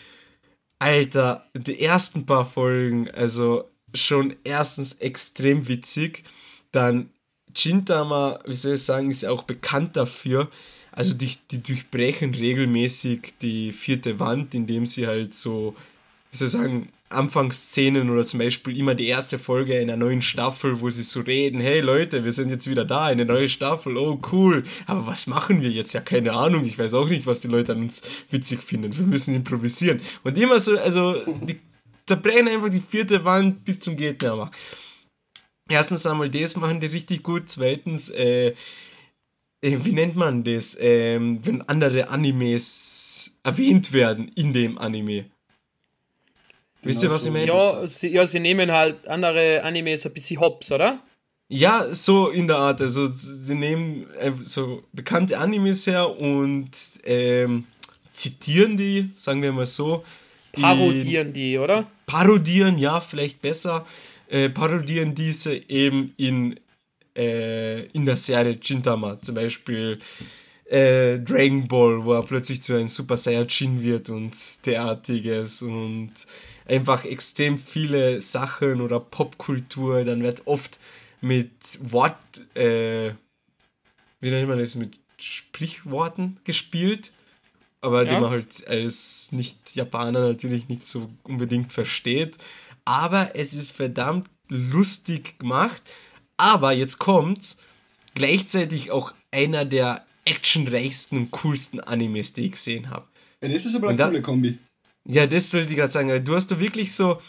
Alter, die ersten paar Folgen, also schon erstens extrem witzig, dann Gintama, wie soll ich sagen, ist ja auch bekannt dafür, also die durchbrechen regelmäßig die vierte Wand, indem sie halt so, wie soll ich sagen, Anfangsszenen oder zum Beispiel immer die erste Folge einer neuen Staffel, wo sie so reden, hey Leute, wir sind jetzt wieder da, eine neue Staffel, oh cool, aber was machen wir jetzt? Ja, keine Ahnung, ich weiß auch nicht, was die Leute an uns witzig finden, wir müssen improvisieren. Und immer so, also, die zerbrechen einfach die vierte Wand bis zum geht nicht mehr. Erstens einmal das machen die richtig gut, zweitens, wie nennt man das, wenn andere Animes erwähnt werden in dem Anime. Wisst ihr, was ich meine? Ja, sie nehmen halt andere Animes ein bisschen hops, oder? Ja, so in der Art. Also sie nehmen so bekannte Animes her und zitieren die, sagen wir mal so. Parodieren die, oder? Parodieren, ja, vielleicht besser. Parodieren diese eben in der Serie Gintama. Zum Beispiel Dragon Ball, wo er plötzlich zu einem Super Saiyajin wird und derartiges und einfach extrem viele Sachen oder Popkultur, dann wird oft mit wie nennt man das, mit Sprichworten gespielt, aber die man halt als Nicht-Japaner natürlich nicht so unbedingt versteht, aber es ist verdammt lustig gemacht, aber jetzt kommt's, gleichzeitig auch einer der actionreichsten und coolsten Animes, die ich gesehen habe. Ja, das ist aber eine coole Kombi. Ja, das sollte ich gerade sagen. Du hast da wirklich so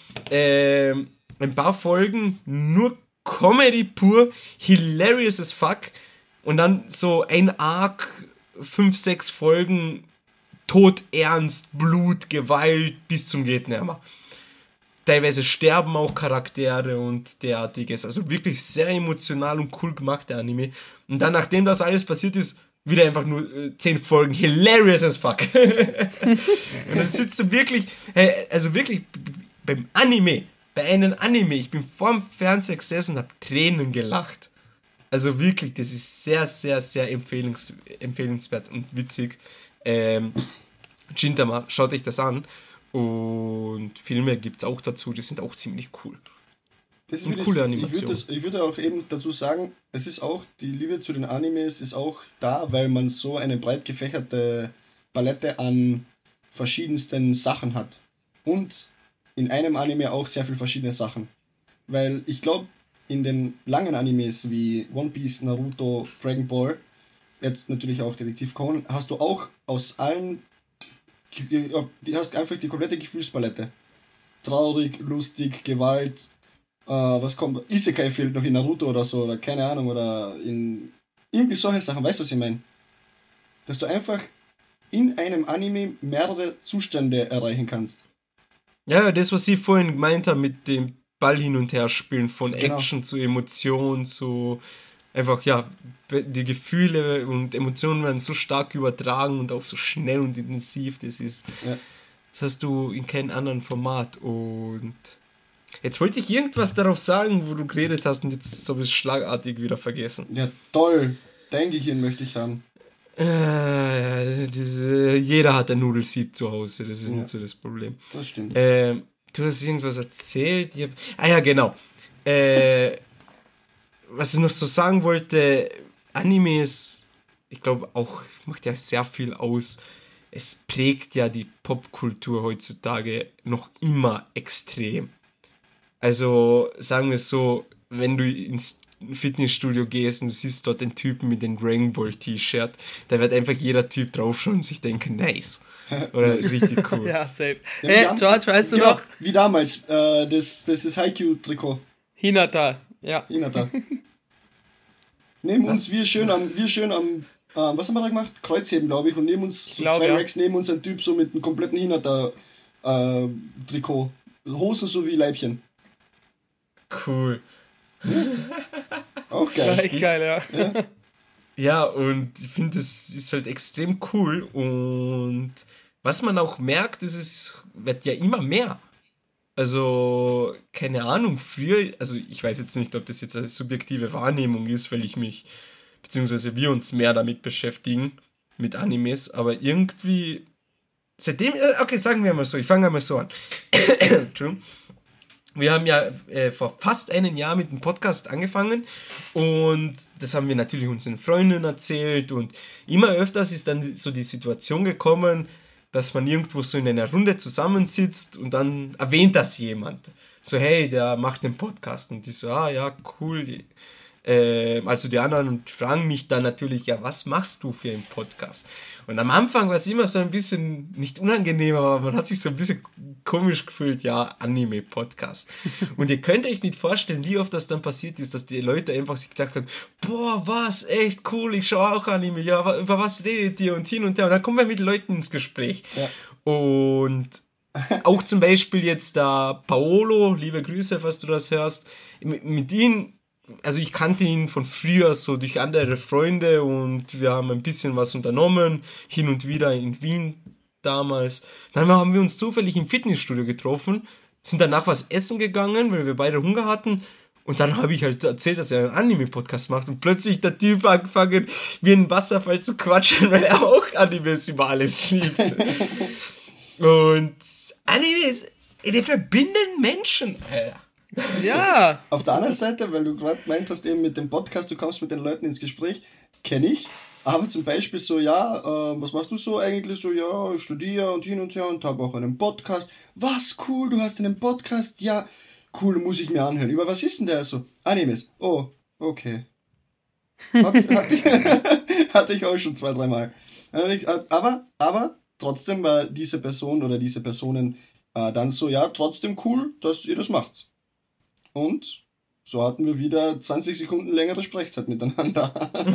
ein paar Folgen nur Comedy pur, hilarious as fuck und dann so ein Arc, 5-6 Folgen, Tod, Ernst, Blut, Gewalt bis zum geht nicht mehr. Teilweise sterben auch Charaktere und derartiges. Also wirklich sehr emotional und cool gemacht, der Anime. Und dann, nachdem das alles passiert ist, wieder einfach nur 10 Folgen hilarious as fuck. Und dann sitzt du wirklich, also wirklich bei einem Anime, ich bin vorm Fernseher gesessen und hab Tränen gelacht. Also wirklich, das ist sehr, sehr, sehr empfehlenswert und witzig. Gintama, schaut euch das an. Und Filme gibt es auch dazu, die sind auch ziemlich cool. Das ist coole Animation. Ich würde auch eben dazu sagen, es ist auch, die Liebe zu den Animes ist auch da, weil man so eine breit gefächerte Palette an verschiedensten Sachen hat. Und in einem Anime auch sehr viele verschiedene Sachen. Weil ich glaube, in den langen Animes wie One Piece, Naruto, Dragon Ball, jetzt natürlich auch Detektiv Conan, hast du auch aus allen, die hast einfach die komplette Gefühlspalette. Traurig, lustig, Gewalt, was kommt, Isekai fehlt noch in Naruto oder so, oder keine Ahnung, oder in irgendwie solche Sachen, weißt du, was ich meine? Dass du einfach in einem Anime mehrere Zustände erreichen kannst. Ja, das, was ich vorhin gemeint habe mit dem Ball hin und her spielen, von Action zu Emotion, zu einfach, ja, die Gefühle und Emotionen werden so stark übertragen und auch so schnell und intensiv, das hast du in keinem anderen Format. Und jetzt wollte ich irgendwas darauf sagen, wo du geredet hast und jetzt habe ich es schlagartig wieder vergessen. Ja, toll. Dein Gehirn möchte ich haben. Jeder hat ein Nudelsieb zu Hause, das ist nicht so das Problem. Das stimmt. Du hast irgendwas erzählt. Ja, genau. Was ich noch so sagen wollte, Anime ist, ich glaube auch, macht ja sehr viel aus. Es prägt ja die Popkultur heutzutage noch immer extrem. Also sagen wir es so, wenn du ins Fitnessstudio gehst und du siehst dort den Typen mit dem Dragon Ball T-Shirt, da wird einfach jeder Typ draufschauen und sich denken, nice. Oder richtig cool. Ja, safe. Ja, Hey, George, weißt du genau, noch? wie damals, das ist Haikyuu-Trikot. Hinata, ja. Hinata. Neben uns, wir schön am, was haben wir da gemacht? Kreuzheben, glaube ich, und neben uns, so zwei Racks neben uns ein Typ so mit einem kompletten Hinata-Trikot. Hosen sowie Leibchen. Cool. Auch geil. Echt geil, ja. Ja, und ich finde, das ist halt extrem cool. Und was man auch merkt, wird ja immer mehr. Also, keine Ahnung, früher, also ich weiß jetzt nicht, ob das jetzt eine subjektive Wahrnehmung ist, weil beziehungsweise wir uns mehr damit beschäftigen, mit Animes, aber irgendwie, seitdem, okay, sagen wir mal so, ich fange einmal so an. Entschuldigung. Wir haben ja vor fast einem Jahr mit dem Podcast angefangen und das haben wir natürlich unseren Freunden erzählt und immer öfters ist dann so die Situation gekommen, dass man irgendwo so in einer Runde zusammensitzt und dann erwähnt das jemand. So, hey, der macht einen Podcast und die so, ja, cool. Also die anderen fragen mich dann natürlich, ja, was machst du für einen Podcast? Und am Anfang war es immer so ein bisschen, nicht unangenehm, aber man hat sich so ein bisschen komisch gefühlt, ja, Anime-Podcast. Und ihr könnt euch nicht vorstellen, wie oft das dann passiert ist, dass die Leute einfach sich gedacht haben, boah, was, echt cool, ich schaue auch Anime, ja, über was redet ihr und hin und her. Und dann kommen wir mit Leuten ins Gespräch. Ja. Und auch zum Beispiel jetzt da Paolo, liebe Grüße, falls du das hörst, mit ihm, also ich kannte ihn von früher so durch andere Freunde und wir haben ein bisschen was unternommen, hin und wieder in Wien damals. Dann haben wir uns zufällig im Fitnessstudio getroffen, sind danach was essen gegangen, weil wir beide Hunger hatten und dann habe ich halt erzählt, dass er einen Anime-Podcast macht und plötzlich der Typ angefangen, wie ein Wasserfall zu quatschen, weil er auch Animes über alles liebt. Und Animes, die verbinden Menschen, Alter. Ja. Auf der anderen Seite, weil du gerade meint hast, eben mit dem Podcast, du kommst mit den Leuten ins Gespräch, kenne ich. Aber zum Beispiel so, ja, was machst du so eigentlich? So, ja, ich studiere und hin und her und habe auch einen Podcast. Was, cool, du hast einen Podcast? Ja, cool, muss ich mir anhören. Über was ist denn der so? Animes. Oh, okay. Hatte ich auch schon 2-3 Mal. Aber trotzdem war diese Person oder diese Personen dann so, ja, trotzdem cool, dass ihr das macht. Und so hatten wir wieder 20 Sekunden längere Sprechzeit miteinander.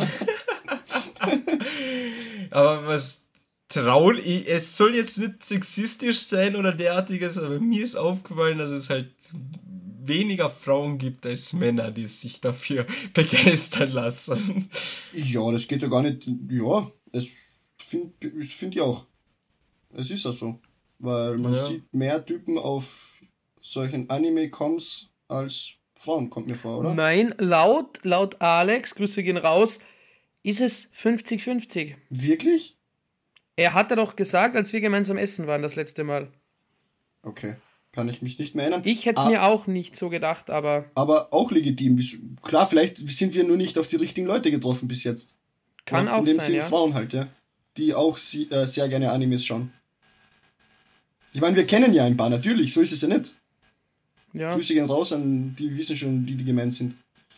Aber was traurig, es soll jetzt nicht sexistisch sein oder derartiges, aber mir ist aufgefallen, dass es halt weniger Frauen gibt als Männer, die sich dafür begeistern lassen. Ja, das geht ja gar nicht. Ja, das find ich auch. Es ist ja so. Weil man sieht mehr Typen auf solchen Anime-Coms als Frauen, kommt mir vor, oder? Nein, laut Alex, Grüße gehen raus, ist es 50-50. Wirklich? Er hatte doch gesagt, als wir gemeinsam essen waren das letzte Mal. Okay, kann ich mich nicht mehr erinnern. Ich hätte es mir auch nicht so gedacht, aber... Aber auch legitim. Klar, vielleicht sind wir nur nicht auf die richtigen Leute getroffen bis jetzt. Kann auch sein, ja. Frauen halt, ja. Die auch sehr gerne Animes schauen. Ich meine, wir kennen ja ein paar, natürlich, so ist es ja nicht. Ja. Grüße gehen raus an die wissen schon, die gemeint sind.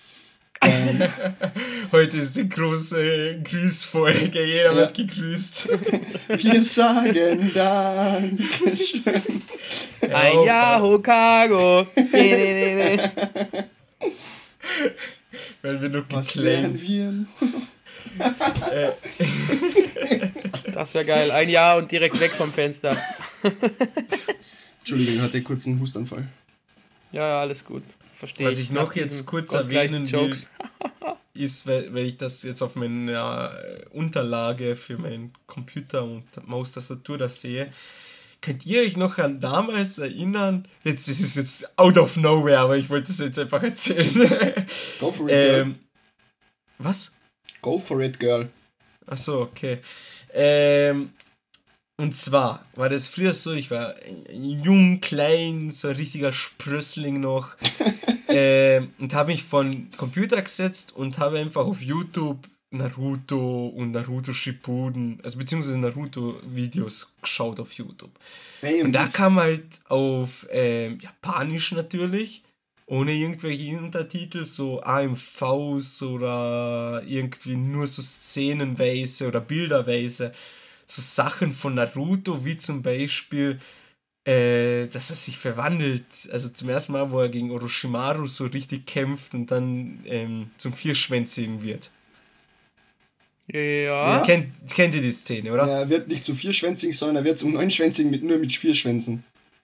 Heute ist die große Grüßfolge, jeder wird gegrüßt. Wir sagen Dankeschön. Ein Jahr Hokago. Weil wir noch was lernen wir? Das wäre geil. Ein Jahr und direkt weg vom Fenster. Entschuldigung, ich hatte kurz einen Hustanfall. Ja, alles gut. Verstehe. Was ich noch jetzt kurz erwähnen will, ist, weil ich das jetzt auf meiner Unterlage für meinen Computer und Maustastatur das sehe, könnt ihr euch noch an damals erinnern, das ist jetzt out of nowhere, aber ich wollte es jetzt einfach erzählen. Go for it, girl. Was? Go for it, girl. Achso, okay. Und zwar war das früher so, ich war jung, klein, so ein richtiger Sprössling noch und habe mich von Computer gesetzt und habe einfach auf YouTube Naruto und Naruto Shippuden, also beziehungsweise Naruto-Videos geschaut auf YouTube. Hey, Und und da das, kam halt auf Japanisch natürlich, ohne irgendwelche Untertitel, so AMVs oder irgendwie nur so szenenweise oder bilderweise, so Sachen von Naruto, wie zum Beispiel, dass er sich verwandelt, also zum ersten Mal, wo er gegen Orochimaru so richtig kämpft und dann zum Vierschwänzigen wird. Ja. ja, Kennt ihr die Szene, oder? er wird nicht zu vierschwänzig, sondern er wird zum neunschwänzigen nur mit vier Schwänzen.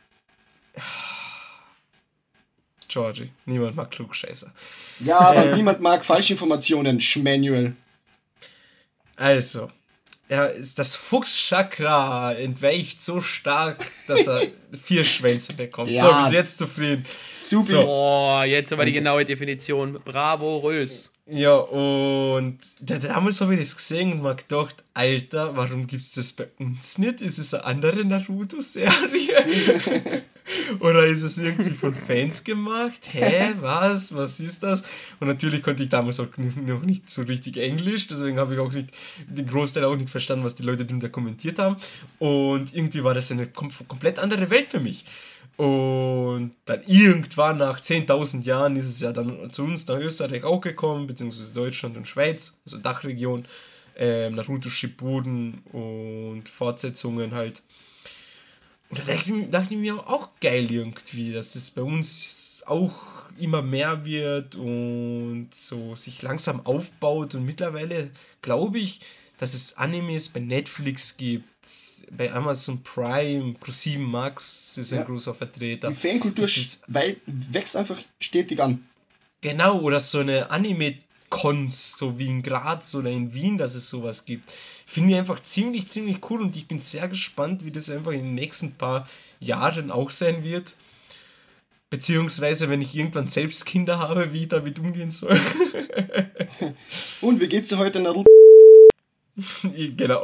Georgie, niemand mag Klugscheißer. Ja, aber niemand mag Falschinformationen, Schmanuel. Also, das Fuchschakra entweicht so stark, dass er 4 Schwänze bekommt. Ja. So, bis jetzt zufrieden. Super. So. Oh, jetzt aber die genaue Definition. Bravourös. Ja, und damals habe ich das gesehen und mir gedacht, Alter, warum gibt es das bei uns nicht? Ist es eine andere Naruto-Serie? Oder ist es irgendwie von Fans gemacht? Hä, was? Was ist das? Und natürlich konnte ich damals auch noch nicht so richtig Englisch, deswegen habe ich auch nicht den Großteil auch nicht verstanden, was die Leute drunter kommentiert haben. Und irgendwie war das eine komplett andere Welt für mich. Und dann irgendwann nach 10.000 Jahren ist es ja dann zu uns nach Österreich auch gekommen, beziehungsweise Deutschland und Schweiz, also Dachregion, Naruto Shippuden und Fortsetzungen halt. Und da dachte ich mir auch geil irgendwie, dass es bei uns auch immer mehr wird und so sich langsam aufbaut. Und mittlerweile glaube ich, dass es Animes bei Netflix gibt, bei Amazon Prime, Pro7 Max ist ein Ja. großer Vertreter. Die Fankultur Das ist, wächst einfach stetig an. genau, oder so eine Anime-Cons, so wie in Graz oder in Wien, dass es sowas gibt. Finde ich einfach ziemlich, ziemlich cool und ich bin sehr gespannt, wie das einfach in den nächsten paar Jahren auch sein wird. Beziehungsweise, wenn ich irgendwann selbst Kinder habe, wie ich damit umgehen soll. Und wie geht's dir heute, Naruto? Genau.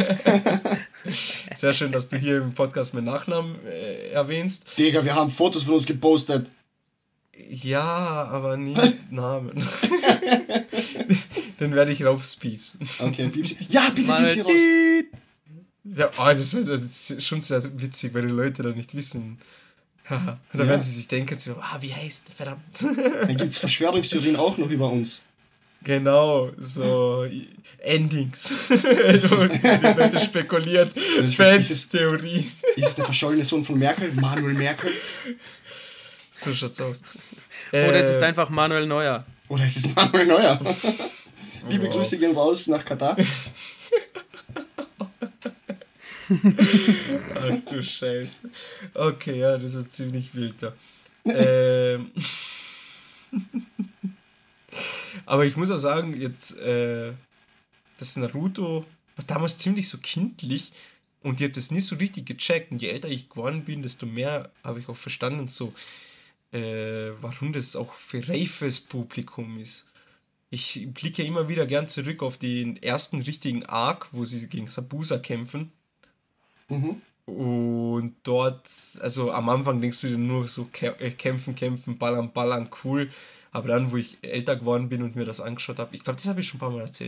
Sehr schön, dass du hier im Podcast meinen Nachnamen erwähnst. Digga, wir haben Fotos von uns gepostet. Ja, aber nicht Namen. Dann werde ich rauspiepsen. Okay, piepsi. Ja, bitte Mal piepsi raus. Ja, das ist schon sehr witzig, weil die Leute da nicht wissen. Haha. Da Ja. werden sie sich denken, so, wie heißt der, verdammt. Dann gibt's Verschwörungstheorien auch noch über uns. Genau, so Endings. So, die Leute spekulieren. Fans-Theorie. Ist es der verschollene Sohn von Merkel, Manuel Merkel? So schaut's aus. Oder es ist einfach Manuel Neuer. Oder ist es Manuel Neuer? Liebe Wow. Grüße gehen raus nach Katar. Ach du Scheiße. Okay, ja, das ist ziemlich wild da. Aber ich muss auch sagen, jetzt, das Naruto war damals ziemlich so kindlich und ich habe das nicht so richtig gecheckt. Und je älter ich geworden bin, desto mehr habe ich auch verstanden, so, warum das auch für reifes Publikum ist. Ich blicke immer wieder gern zurück auf den ersten richtigen Arc, wo sie gegen Sabusa kämpfen. Mhm. Und dort, also am Anfang denkst du dir nur so kämpfen, ballern, cool. Aber dann, wo ich älter geworden bin und mir das angeschaut habe, ich glaube, das habe ich schon ein paar Mal erzählt,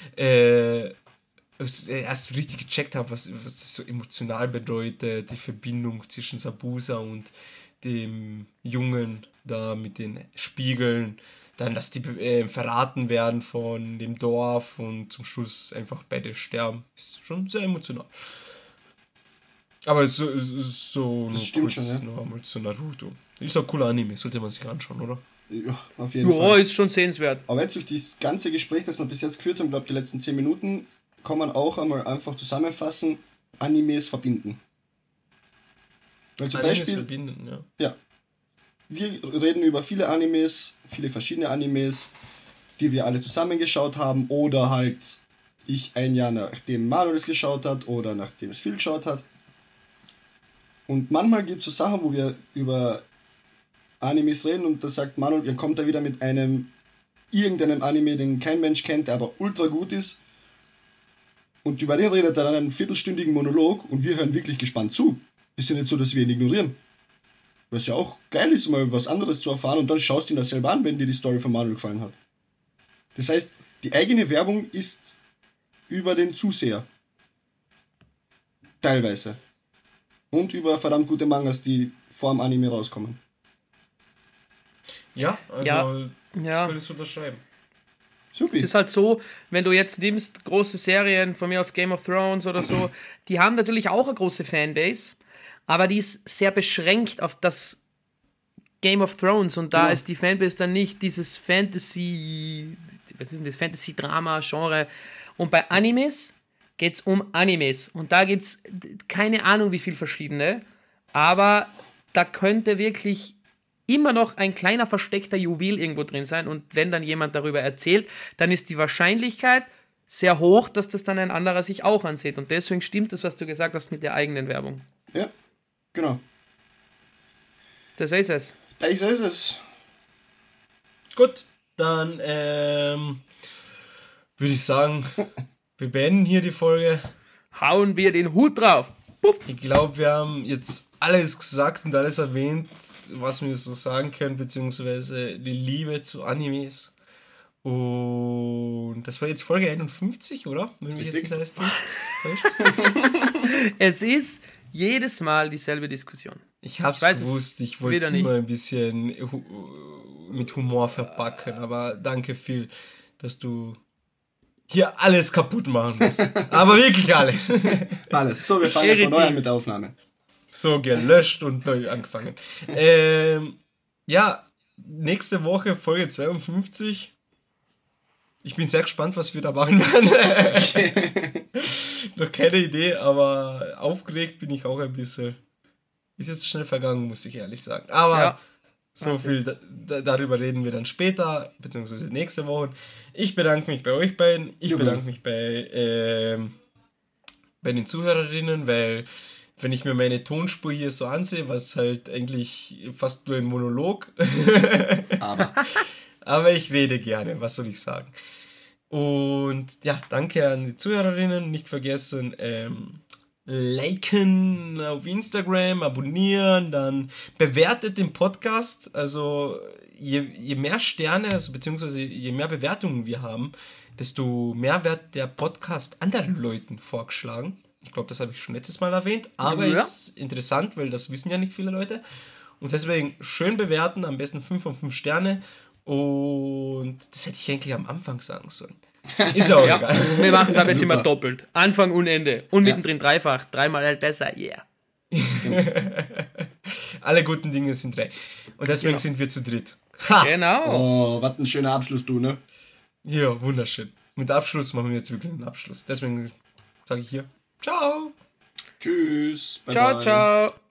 erst so richtig gecheckt habe, was das so emotional bedeutet, die Verbindung zwischen Sabusa und dem Jungen da mit den Spiegeln, dann, dass die verraten werden von dem Dorf und zum Schluss einfach beide sterben. Ist schon sehr emotional. Aber so Das nur stimmt kurz schon, ja. noch einmal zu Naruto. Ist ein cooler Anime, sollte man sich anschauen, oder? Ja, auf jeden Ja, Fall. ist schon sehenswert. Aber jetzt durch das ganze Gespräch, das wir bis jetzt geführt haben, glaube die letzten 10 Minuten, kann man auch einmal einfach zusammenfassen, Animes verbinden. Weil zum Animes Beispiel, verbinden, ja. ja, wir reden über viele Animes, viele verschiedene Animes, die wir alle zusammengeschaut haben oder halt ich ein Jahr nachdem Manuel es geschaut hat oder nachdem es Phil geschaut hat. Und manchmal gibt es so Sachen, wo wir über Animes reden und da sagt Manuel, dann kommt er wieder mit irgendeinem Anime, den kein Mensch kennt, der aber ultra gut ist. und über den redet er dann einen viertelstündigen Monolog und wir hören wirklich gespannt zu. Ist ja nicht so, dass wir ihn ignorieren. Was ja auch geil ist, mal was anderes zu erfahren und dann schaust du ihn das selber an, wenn dir die Story von Manuel gefallen hat. Das heißt, die eigene Werbung ist über den Zuseher. Teilweise. Und über verdammt gute Mangas, die vor dem Anime rauskommen. Ja, also das will ich unterschreiben. Super. Es ist halt so, wenn du jetzt nimmst, große Serien, von mir aus Game of Thrones oder so, die haben natürlich auch eine große Fanbase, aber die ist sehr beschränkt auf das Game of Thrones und da ist die Fanbase dann nicht dieses Fantasy, was ist denn das, Fantasy-Drama-Genre. Und bei Animes geht es um Animes und da gibt es keine Ahnung wie viel verschiedene, aber da könnte wirklich immer noch ein kleiner versteckter Juwel irgendwo drin sein und wenn dann jemand darüber erzählt, dann ist die Wahrscheinlichkeit sehr hoch, dass das dann ein anderer sich auch ansieht und deswegen stimmt das, was du gesagt hast mit der eigenen Werbung. Ja, genau. Das ist es. Das ist es. Gut, dann würde ich sagen, wir beenden hier die Folge. Hauen wir den Hut drauf. Puff. Ich glaube, wir haben jetzt alles gesagt und alles erwähnt, was wir so sagen können, beziehungsweise die Liebe zu Animes. Und das war jetzt Folge 51, oder? Wenn mich jetzt nicht alles täuscht. Es ist jedes Mal dieselbe Diskussion. Ich hab's gewusst, ich wollte es immer ein bisschen mit Humor verpacken, aber danke viel, dass du hier alles kaputt machen musst. Aber wirklich alles. Alles. So, wir fangen von neu an mit der Aufnahme. So, gelöscht und neu angefangen. Ja, nächste Woche Folge 52. Ich bin sehr gespannt, was wir da machen werden. Noch keine Idee, aber aufgeregt bin ich auch ein bisschen. Ist jetzt schnell vergangen, muss ich ehrlich sagen. Aber so viel darüber reden wir dann später, beziehungsweise nächste Woche. Ich bedanke mich bei euch beiden. Ich bedanke mich bei den Zuhörerinnen, weil wenn ich mir meine Tonspur hier so ansehe, was halt eigentlich fast nur ein Monolog. Aber ich rede gerne, was soll ich sagen. Und ja, danke an die Zuhörerinnen. Nicht vergessen, liken auf Instagram, abonnieren, dann bewertet den Podcast. Also je mehr Sterne, also beziehungsweise je mehr Bewertungen wir haben, desto mehr wird der Podcast anderen Leuten vorgeschlagen. Ich glaube, das habe ich schon letztes Mal erwähnt, aber ist interessant, weil das wissen ja nicht viele Leute. Und deswegen schön bewerten, am besten 5 von 5 Sterne. Und das hätte ich eigentlich am Anfang sagen sollen. Ist ja auch egal. Wir machen es aber jetzt immer doppelt. Anfang und Ende. Und mittendrin dreifach. 3-mal halt besser, yeah. Alle guten Dinge sind 3. Und deswegen sind wir zu dritt. Ha. Genau. Oh, was ein schöner Abschluss, du, ne? Ja, wunderschön. Mit Abschluss machen wir jetzt wirklich einen Abschluss. Deswegen sage ich hier, ciao. Tschüss. Ciao, ciao.